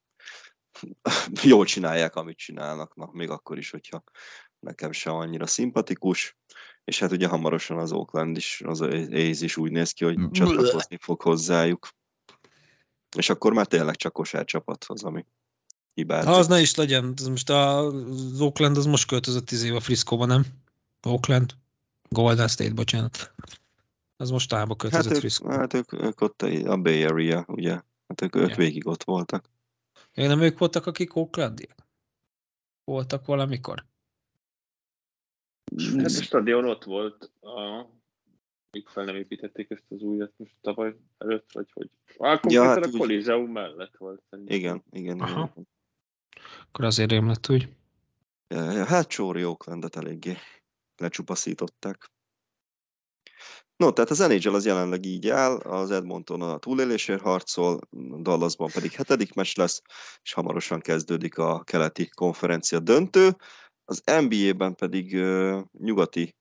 jól csinálják, amit csinálnak, még akkor is, hogyha nekem sem annyira szimpatikus. És hát ugye hamarosan az Oakland is, az A's is úgy néz ki, hogy csatlakozni fog hozzájuk. És akkor már tényleg csak kosárcsapat az, ami hibázik. Ha az ne is legyen, most az Oakland az most költözött 10 év a Friscoba, nem? Oakland? Golden State, bocsánat. Az most tába költözött Friscoba. Hát ők ott a Bay Area, ugye? Hát ők végig ott voltak. Nem ők voltak, akik Oaklandiak? Voltak valamikor? Hát a stadion ott volt, még fel nem építették ezt az újat most tavaly előtt, vagy hogy? Konkrétan hát a Coliseum mellett volt. Igen. Akkor azért rémlett úgy. Hát Csóri Oaklandet eléggé lecsupaszították. No, tehát az NHL az jelenleg így áll, az Edmonton a túlélésért harcol, Dallasban pedig 7. meccs lesz, és hamarosan kezdődik a keleti konferencia döntő. Az NBA-ben pedig nyugati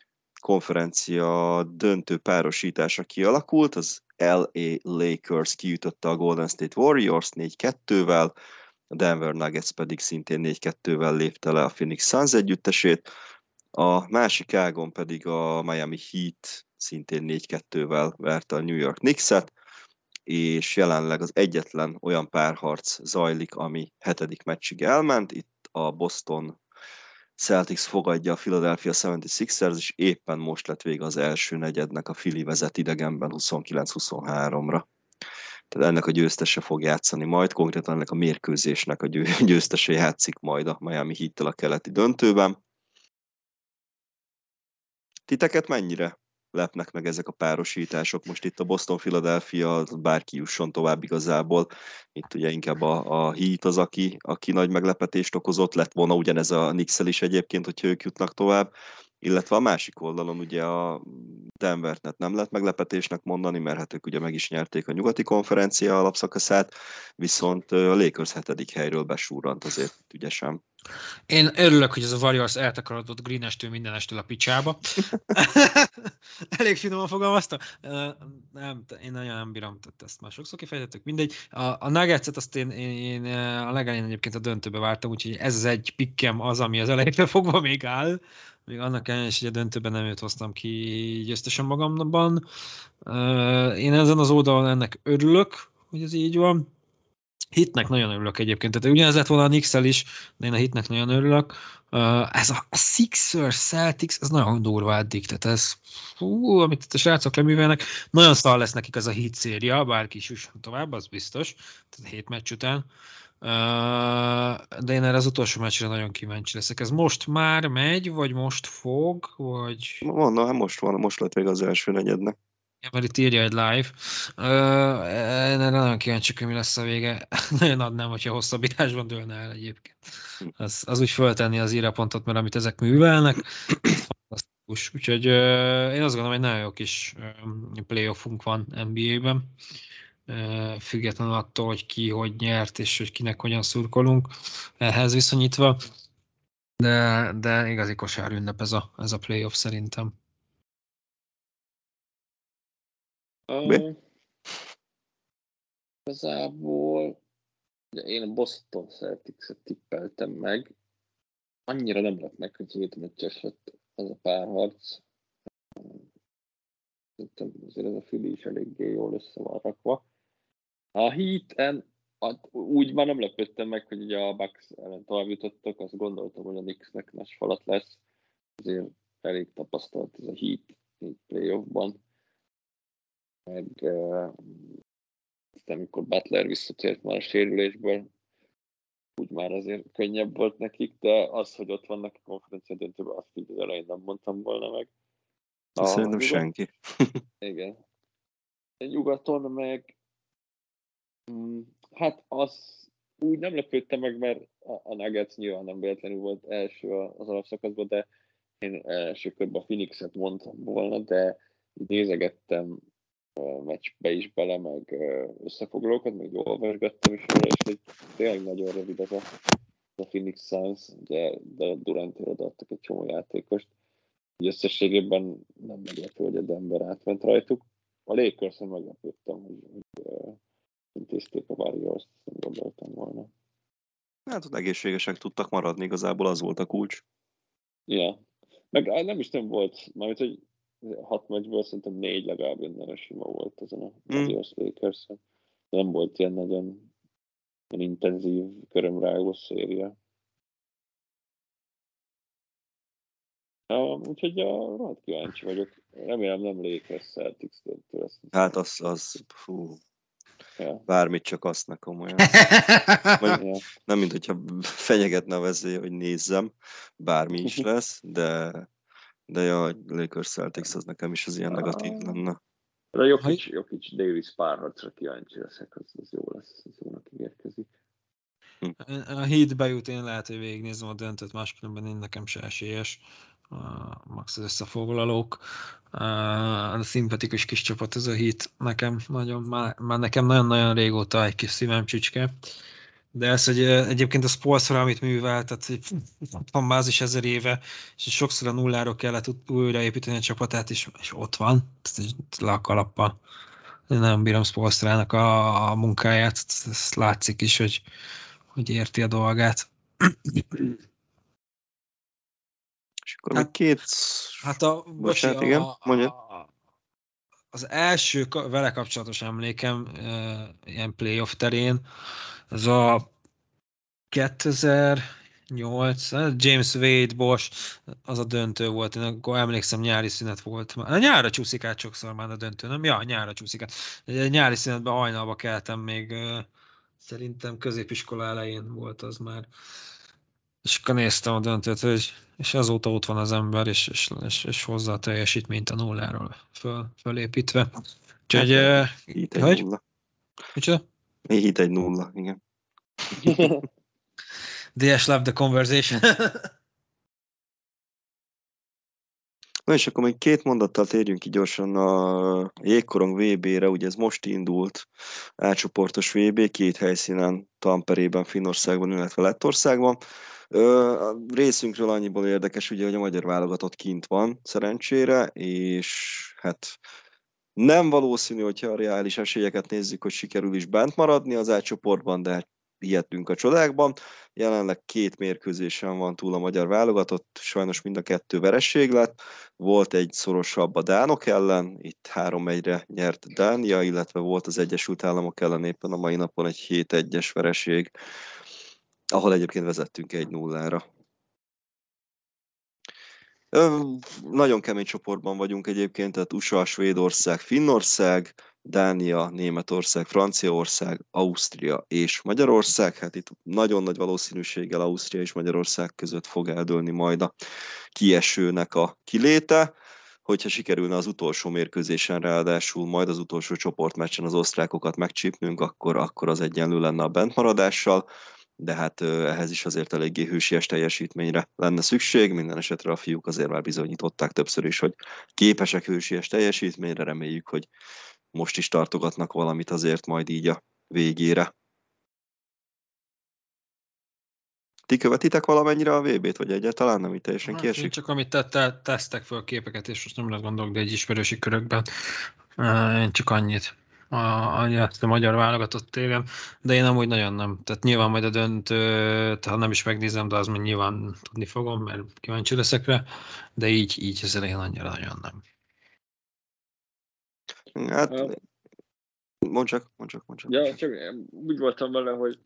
konferencia döntő párosítása kialakult, az LA Lakers kiütötte a Golden State Warriors 4-2-vel, a Denver Nuggets pedig szintén 4-2-vel lépte le a Phoenix Suns együttesét, a másik ágon pedig a Miami Heat szintén 4-2-vel verte a New York Knicks-et, és jelenleg az egyetlen olyan párharc zajlik, ami 7. meccsig elment, itt a Boston Celtics fogadja a Philadelphia 76ers, és éppen most lett vége az első negyednek, a Philly vezet idegenben 29-23-ra. Tehát ennek a győztese fog játszani majd, konkrétan ennek a mérkőzésnek a győztese játszik majd a Miami Heat-tel a keleti döntőben. Titeket mennyire lepnek meg ezek a párosítások? Most itt a Boston-Philadelphia, bárki jusson tovább igazából. Itt ugye inkább a Heat az, aki nagy meglepetést okozott. Lett volna ugyanez a Knicksel is egyébként, hogyha ők jutnak tovább. Illetve a másik oldalon ugye a Denvert nem lehet meglepetésnek mondani, mert hát ők ugye meg is nyerték a nyugati konferencia alapszakaszát, viszont a Lakers 7. helyről besúrrant azért ügyesen. Én örülök, hogy ez a Warriors eltakarodott Green-estől mindenestől a picsába. Elég finoman fogalmaztam. Én nagyon nem bírom, ezt már sokszor kifejtettük, mindegy. A Nuggets-et azt én a legelején egyébként a döntőbe vártam, úgyhogy ez az egy pikkem az, ami az elejétől fogva még áll. Még annak ellenére is, hogy a döntőben nem őt hoztam ki győztesen magamban. Én ezen az oldalon ennek örülök, hogy ez így van. Hitnek nagyon örülök egyébként, tehát ugyanez lett volna a Knicks-el is, de én a Hitnek nagyon örülök. Ez a Sixers, Celtics, ez nagyon durva eddig, tehát ez, amit a srácok leművelnek, nagyon szar lesz nekik az a Heat széria, bárki is jusson tovább, az biztos, tehát 7 meccs után. De én erre az utolsó meccsre nagyon kíváncsi leszek. Ez most már megy, vagy most fog, vagy... Mondom, most lett vége az első negyednek. Ja, mert itt írja egy live. Én erre nagyon kíváncsi, hogy mi lesz a vége. Nagyon adnám, hogyha hosszabbításban dőlne el egyébként. Az úgy föltenni az írapontot, mert amit ezek művelnek, fantasztikus. Úgyhogy én azt gondolom, hogy nagyon jó kis playoffunk van NBA-ben. Függetlenül attól, hogy ki hogy nyert, és hogy kinek hogyan szurkolunk ehhez viszonyítva. De igazi kosárünnep ez a playoff szerintem. Igazából én a Boston Celtics-et tippeltem meg. Annyira nem lett meg, hogy 7 meccses lett ez a párharc. Szerintem azért ez a Philly is eléggé jól össze van rakva. A Heat-en úgy már nem lepődtem meg, hogy ugye a Bucks ellen tovább jutottak, azt gondoltam, hogy a Knicksnek nagy falat lesz. Azért elég tapasztalt ez a Heat playoffban. Meg amikor Butler visszatért már a sérülésből, úgy már azért könnyebb volt nekik, de az, hogy ott vannak a konferencia döntőben, azt így az elején nem mondtam volna meg. Szerintem senki. Igen. Nyugaton meg hát az úgy nem lepődtem meg, mert a Nuggets nyilván nem véletlenül volt első az alapszakaszban, de én első körben a Phoenixet mondtam volna, de nézegettem meccsbe is bele, meg összefoglalókat, meg olvasgattam is róla, és hogy tényleg nagyon rövid az a Phoenix Suns, ugye, de Durantért odaadtak egy csomó játékost. Így összességében nem meglepő, hogy a Denver átment rajtuk. A Lakers-en meglepődtem, hogy intézték a Warriors-t, nem gondoltam volna. Hát ott egészségesek tudtak maradni, igazából az volt a kulcs. Ja, meg nem is nem volt, mármint, hogy 6 meccsből szerintem 4 legalább minden sima volt ezen a Warriors Lakers-en. Nem volt ilyen nagyon intenzív, körömrágó széria. Úgyhogy rohadt kíváncsi vagyok. Remélem nem Lakers Celtics döntő lesz. Hát az fú. Ja. Bármit, csak azt ne komolyan. Nem, mint hogyha fenyegetne a veszély, hogy nézzem, bármi is lesz, de a Lakers Celtics az nekem is az ilyen negatív lenne. A Jokic Davis párharcra kíváncsi leszek, az jó lesz, az jónak ígérkezik. A Heatbe jut, én lehet, hogy végignézem a döntőt, máskülönben én nekem se esélyes. Max az összefoglalók. A szimpatikus kis csapat ez a Heat nekem nagyon, már nekem nagyon-nagyon régóta egy kis szívem csücske. De ez, hogy egyébként a Spolstra, amit művel, tehát van bázis 1000 éve, és sokszor a nulláról kellett újraépíteni a csapatát, és ott van, tehát le a kalappal. Én nagyon bírom Spolstrának a munkáját, ez látszik is, hogy érti a dolgát. És akkor még két... Hát az első vele kapcsolatos emlékem ilyen playoff terén, az a 2008, James Wade, Bosch, az a döntő volt. Én akkor emlékszem, nyári szünet volt. Nyárra csúszik át sokszor már a döntő, nem? Ja, nyárra csúszik át. Nyári szünetben hajnalba keltem még, szerintem középiskola elején volt az már. És akkor néztem a döntőt, és azóta ott van az ember, és hozza a teljesítményt a nulláról fölépítve. Úgyhogy... Hit 1-0. Micsoda? Hit 1-0, igen. DS love the conversation. Na és akkor még két mondattal térjünk ki gyorsan a Jégkorong VB-re, ugye ez most indult, átcsoportos VB, 2 helyszínen, Tamperében, Finnországban, illetve Lettországban. A részünkről annyiból érdekes, ugye, hogy a magyar válogatott kint van, szerencsére, és hát nem valószínű, hogyha a reális esélyeket nézzük, hogy sikerül is bent maradni az átcsoportban, de hihetünk a csodákban. Jelenleg 2 mérkőzésen van túl a magyar válogatott, sajnos mind a 2 vereség lett. Volt egy szorosabb a dánok ellen, itt 3-1-re nyert Dánia, illetve volt az Egyesült Államok ellen éppen a mai napon egy 7-1-es vereség, ahol egyébként vezettünk 1-0-ra. Nagyon kemény csoportban vagyunk egyébként, tehát USA, Svédország, Finnország, Dánia, Németország, Franciaország, Ausztria és Magyarország. Hát itt nagyon nagy valószínűséggel Ausztria és Magyarország között fog eldőlni majd a kiesőnek a kiléte. Hogyha sikerülne az utolsó mérkőzésen, ráadásul majd az utolsó csoportmeccsen az osztrákokat megcsípnünk, akkor az egyenlő lenne a bentmaradással. De hát ehhez is azért eléggé hősies teljesítményre lenne szükség. Minden esetre a fiúk azért már bizonyították többször is, hogy képesek hősies teljesítményre, reméljük, hogy most is tartogatnak valamit azért majd így a végére. Ti követitek valamennyire a VB-t, vagy egyáltalán nem, így teljesen kiesik? Én csak amit tesztek föl képeket, és most nem lehet gondolok, de egy ismerősi körökben. Én csak annyit. A magyar válogatott téren, de én amúgy nagyon nem. Tehát nyilván majd a döntőt, ha nem is megnézem, de az még nyilván tudni fogom, mert kíváncsi leszek rá, de így az elején annyira nagyon nem. Hát, mondd csak. Ja, csak úgy voltam vele, hogy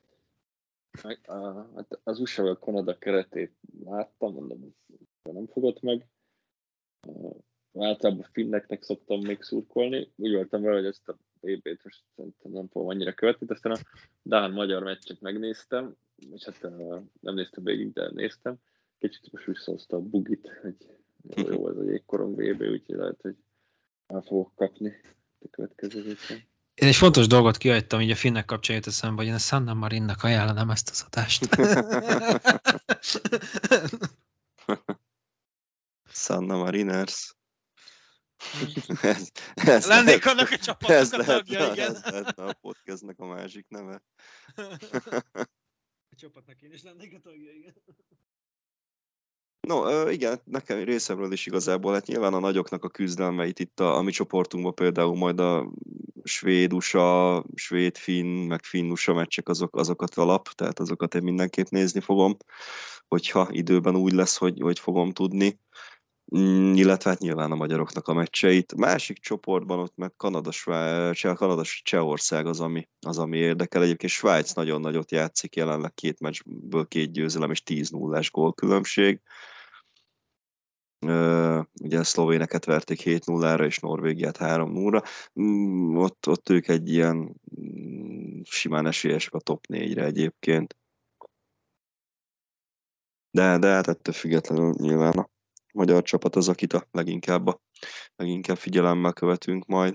az USA-val Kanada keretét láttam, mondom, nem fogott meg. Általában finneknek szoktam még szurkolni. Úgy voltam vele, hogy ezt a BB-t most nem fogom annyira követni, aztán a dán-magyar meccset megnéztem, és hát nem néztem végig, de néztem. Kicsit most visszahozta a bugit, hogy jó ez a jégkorong BB, úgyhogy lehet, hogy el fogok kapni a következő héten. Én egy fontos dolgot kihagytam, így a finnek kapcsán jött eszembe, hogy én a Sanna Marinnak ajánlanám ezt az adást. Sanna Mariners. Lennék annak a csapatnak a tagja, igen. Ez lehetne a podcastnek a másik neve. A csapatnak én is lennék a tagja, igen. No, igen, nekem részemről is igazából, hát nyilván a nagyoknak a küzdelmeit itt a mi csoportunkban például majd a svéd-USA, svéd-finn, meg finn-USA meccsek azokat alap, tehát azokat én mindenképp nézni fogom, hogyha időben úgy lesz, hogy fogom tudni. Illetve hát nyilván a magyaroknak a meccseit. Másik csoportban ott meg Csehország az, ami érdekel. Egyébként Svájc nagyon nagyot játszik, jelenleg 2 meccsből 2 győzelem és 10-0-ás gólkülönbség. Ugye a szlovéneket verték 7-0-ra és Norvégiát 3-0-ra. Ott ők egy ilyen simán esélyesek a top 4-re egyébként. De hát ettől függetlenül nyilván a magyar csapat az, akit a leginkább figyelemmel követünk majd.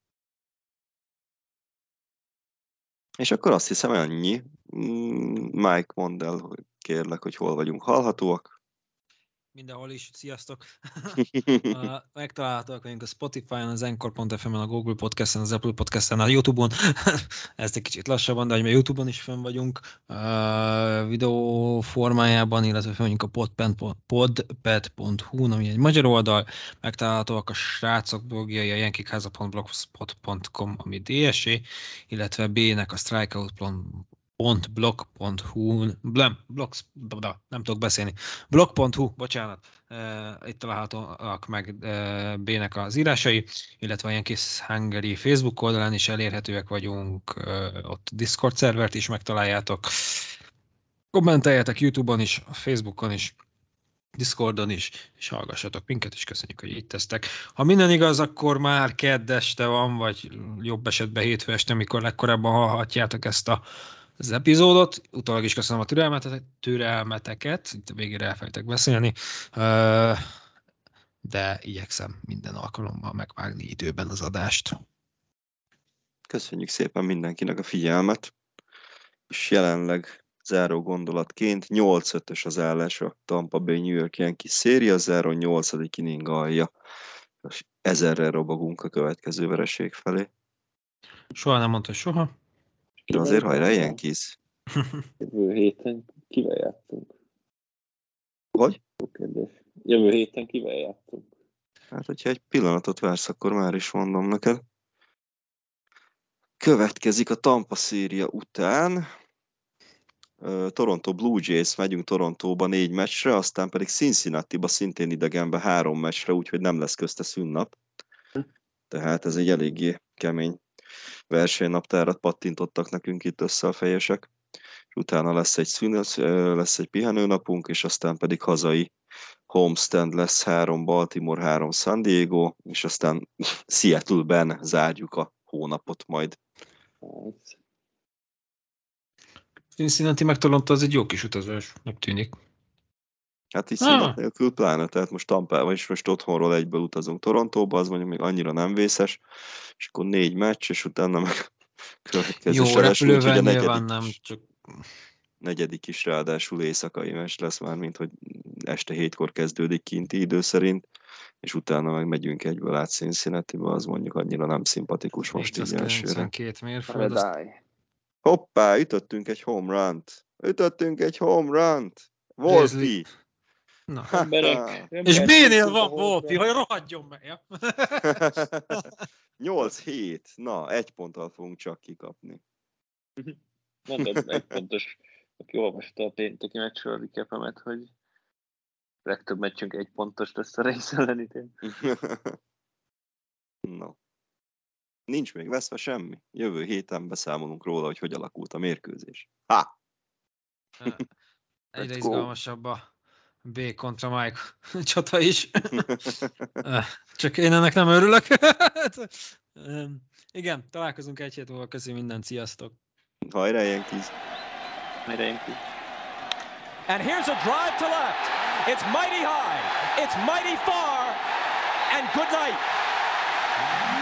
És akkor azt hiszem ennyi. Mike, mondd el, hogy kérlek, hogy hol vagyunk hallhatóak. Mindenhol is, sziasztok! Megtalálhatóak vagyunk a Spotify-on, az Anchor.fm-en, a Google Podcast-en, az Apple Podcast-en, a YouTube-on. Ez egy kicsit lassabban, de hogy mi a YouTube-on is fönn vagyunk videó formájában, illetve fönn vagyunk a podpad.hu, ami egy magyar oldal. Megtalálhatóak a srácok blogjai, a jenkikháza.blogspot.com, ami DSE, illetve B-nek a strikeout.blog.hu, nem tudok beszélni, blog.hu, bocsánat, itt találhatóak meg B-nek az írásai, illetve a Yankees Hungary Facebook oldalán is elérhetőek vagyunk, ott Discord szervert is megtaláljátok, kommenteljetek YouTube-on is, a Facebookon is, Discordon is, és hallgassatok minket, és köszönjük, hogy itt tesztek. Ha minden igaz, akkor már kedd este van, vagy jobb esetben hétfő este, amikor legkorábban hallhatjátok ezt az epizódot. Utólag is köszönöm a türelmeteket, itt a végére elfelejtek beszélni, de igyekszem minden alkalommal megvágni időben az adást. Köszönjük szépen mindenkinek a figyelmet, és jelenleg záró gondolatként 8-5-ös az állás a Tampa Bay New York Yankees széria, záró 8. inning alja, és 1000-rel robogunk a következő vereség felé. Soha nem mondta soha. De azért hajrá, Yankees! Jövő héten kivel játszunk? Hogy? Jó kérdés. Jövő héten kivel játszunk? Hát, hogyha egy pillanatot vársz, akkor már is mondom neked. Következik a Tampa széria után Toronto Blue Jays, megyünk Torontóba 4 meccsre, aztán pedig Cincinnati-ba szintén idegenbe 3 meccsre, úgyhogy nem lesz közte szünnap. Tehát ez egy eléggé kemény versenynaptárat pattintottak nekünk itt össze a fejesek. És utána lesz egy pihenőnapunk, és aztán pedig hazai homestand lesz 3 Baltimore, 3 San Diego, és aztán Seattle-ben zárjuk a hónapot majd. Cincinnati meg Toronto az egy jó kis utazás, megtűnik. Hát így színat nélkül pláne, tehát most Tampában is most otthonról egyből utazunk Torontóba, az mondjuk még annyira nem vészes, és akkor 4 meccs, és utána meg következő jó, repülővel nyilván nem, csak... Negyedik is ráadásul éjszakai meccs lesz már, mint hogy este 7-kor kezdődik kinti idő szerint, és utána meg megyünk egyből át Cincinnati-ba, az mondjuk annyira nem szimpatikus most így elsőre. Hoppá, ütöttünk egy home run-t! Volpi! Na, és B-nél van Volpi, hogy rohadjon meg! 8-7, na, 1 ponttal fogunk csak kikapni. Mondod, 1 pontos, aki olvasta a pénteki meccsről a recapemet, hogy legtöbb meccsünk 1 pontos lesz a Rays ellen idén. No. Nincs még veszve semmi. Jövő héten beszámolunk róla, hogy alakult a mérkőzés. Ha! Egyre izgalmasabb a B kontra Mike csata is. Csak én ennek nem örülök. Igen, találkozunk 1 hét múlva. Köszönöm mindent, sziasztok! Hajrá, Yankees! Hajrá, Yankees! And here's a drive to left. It's mighty high. It's mighty far. And good night.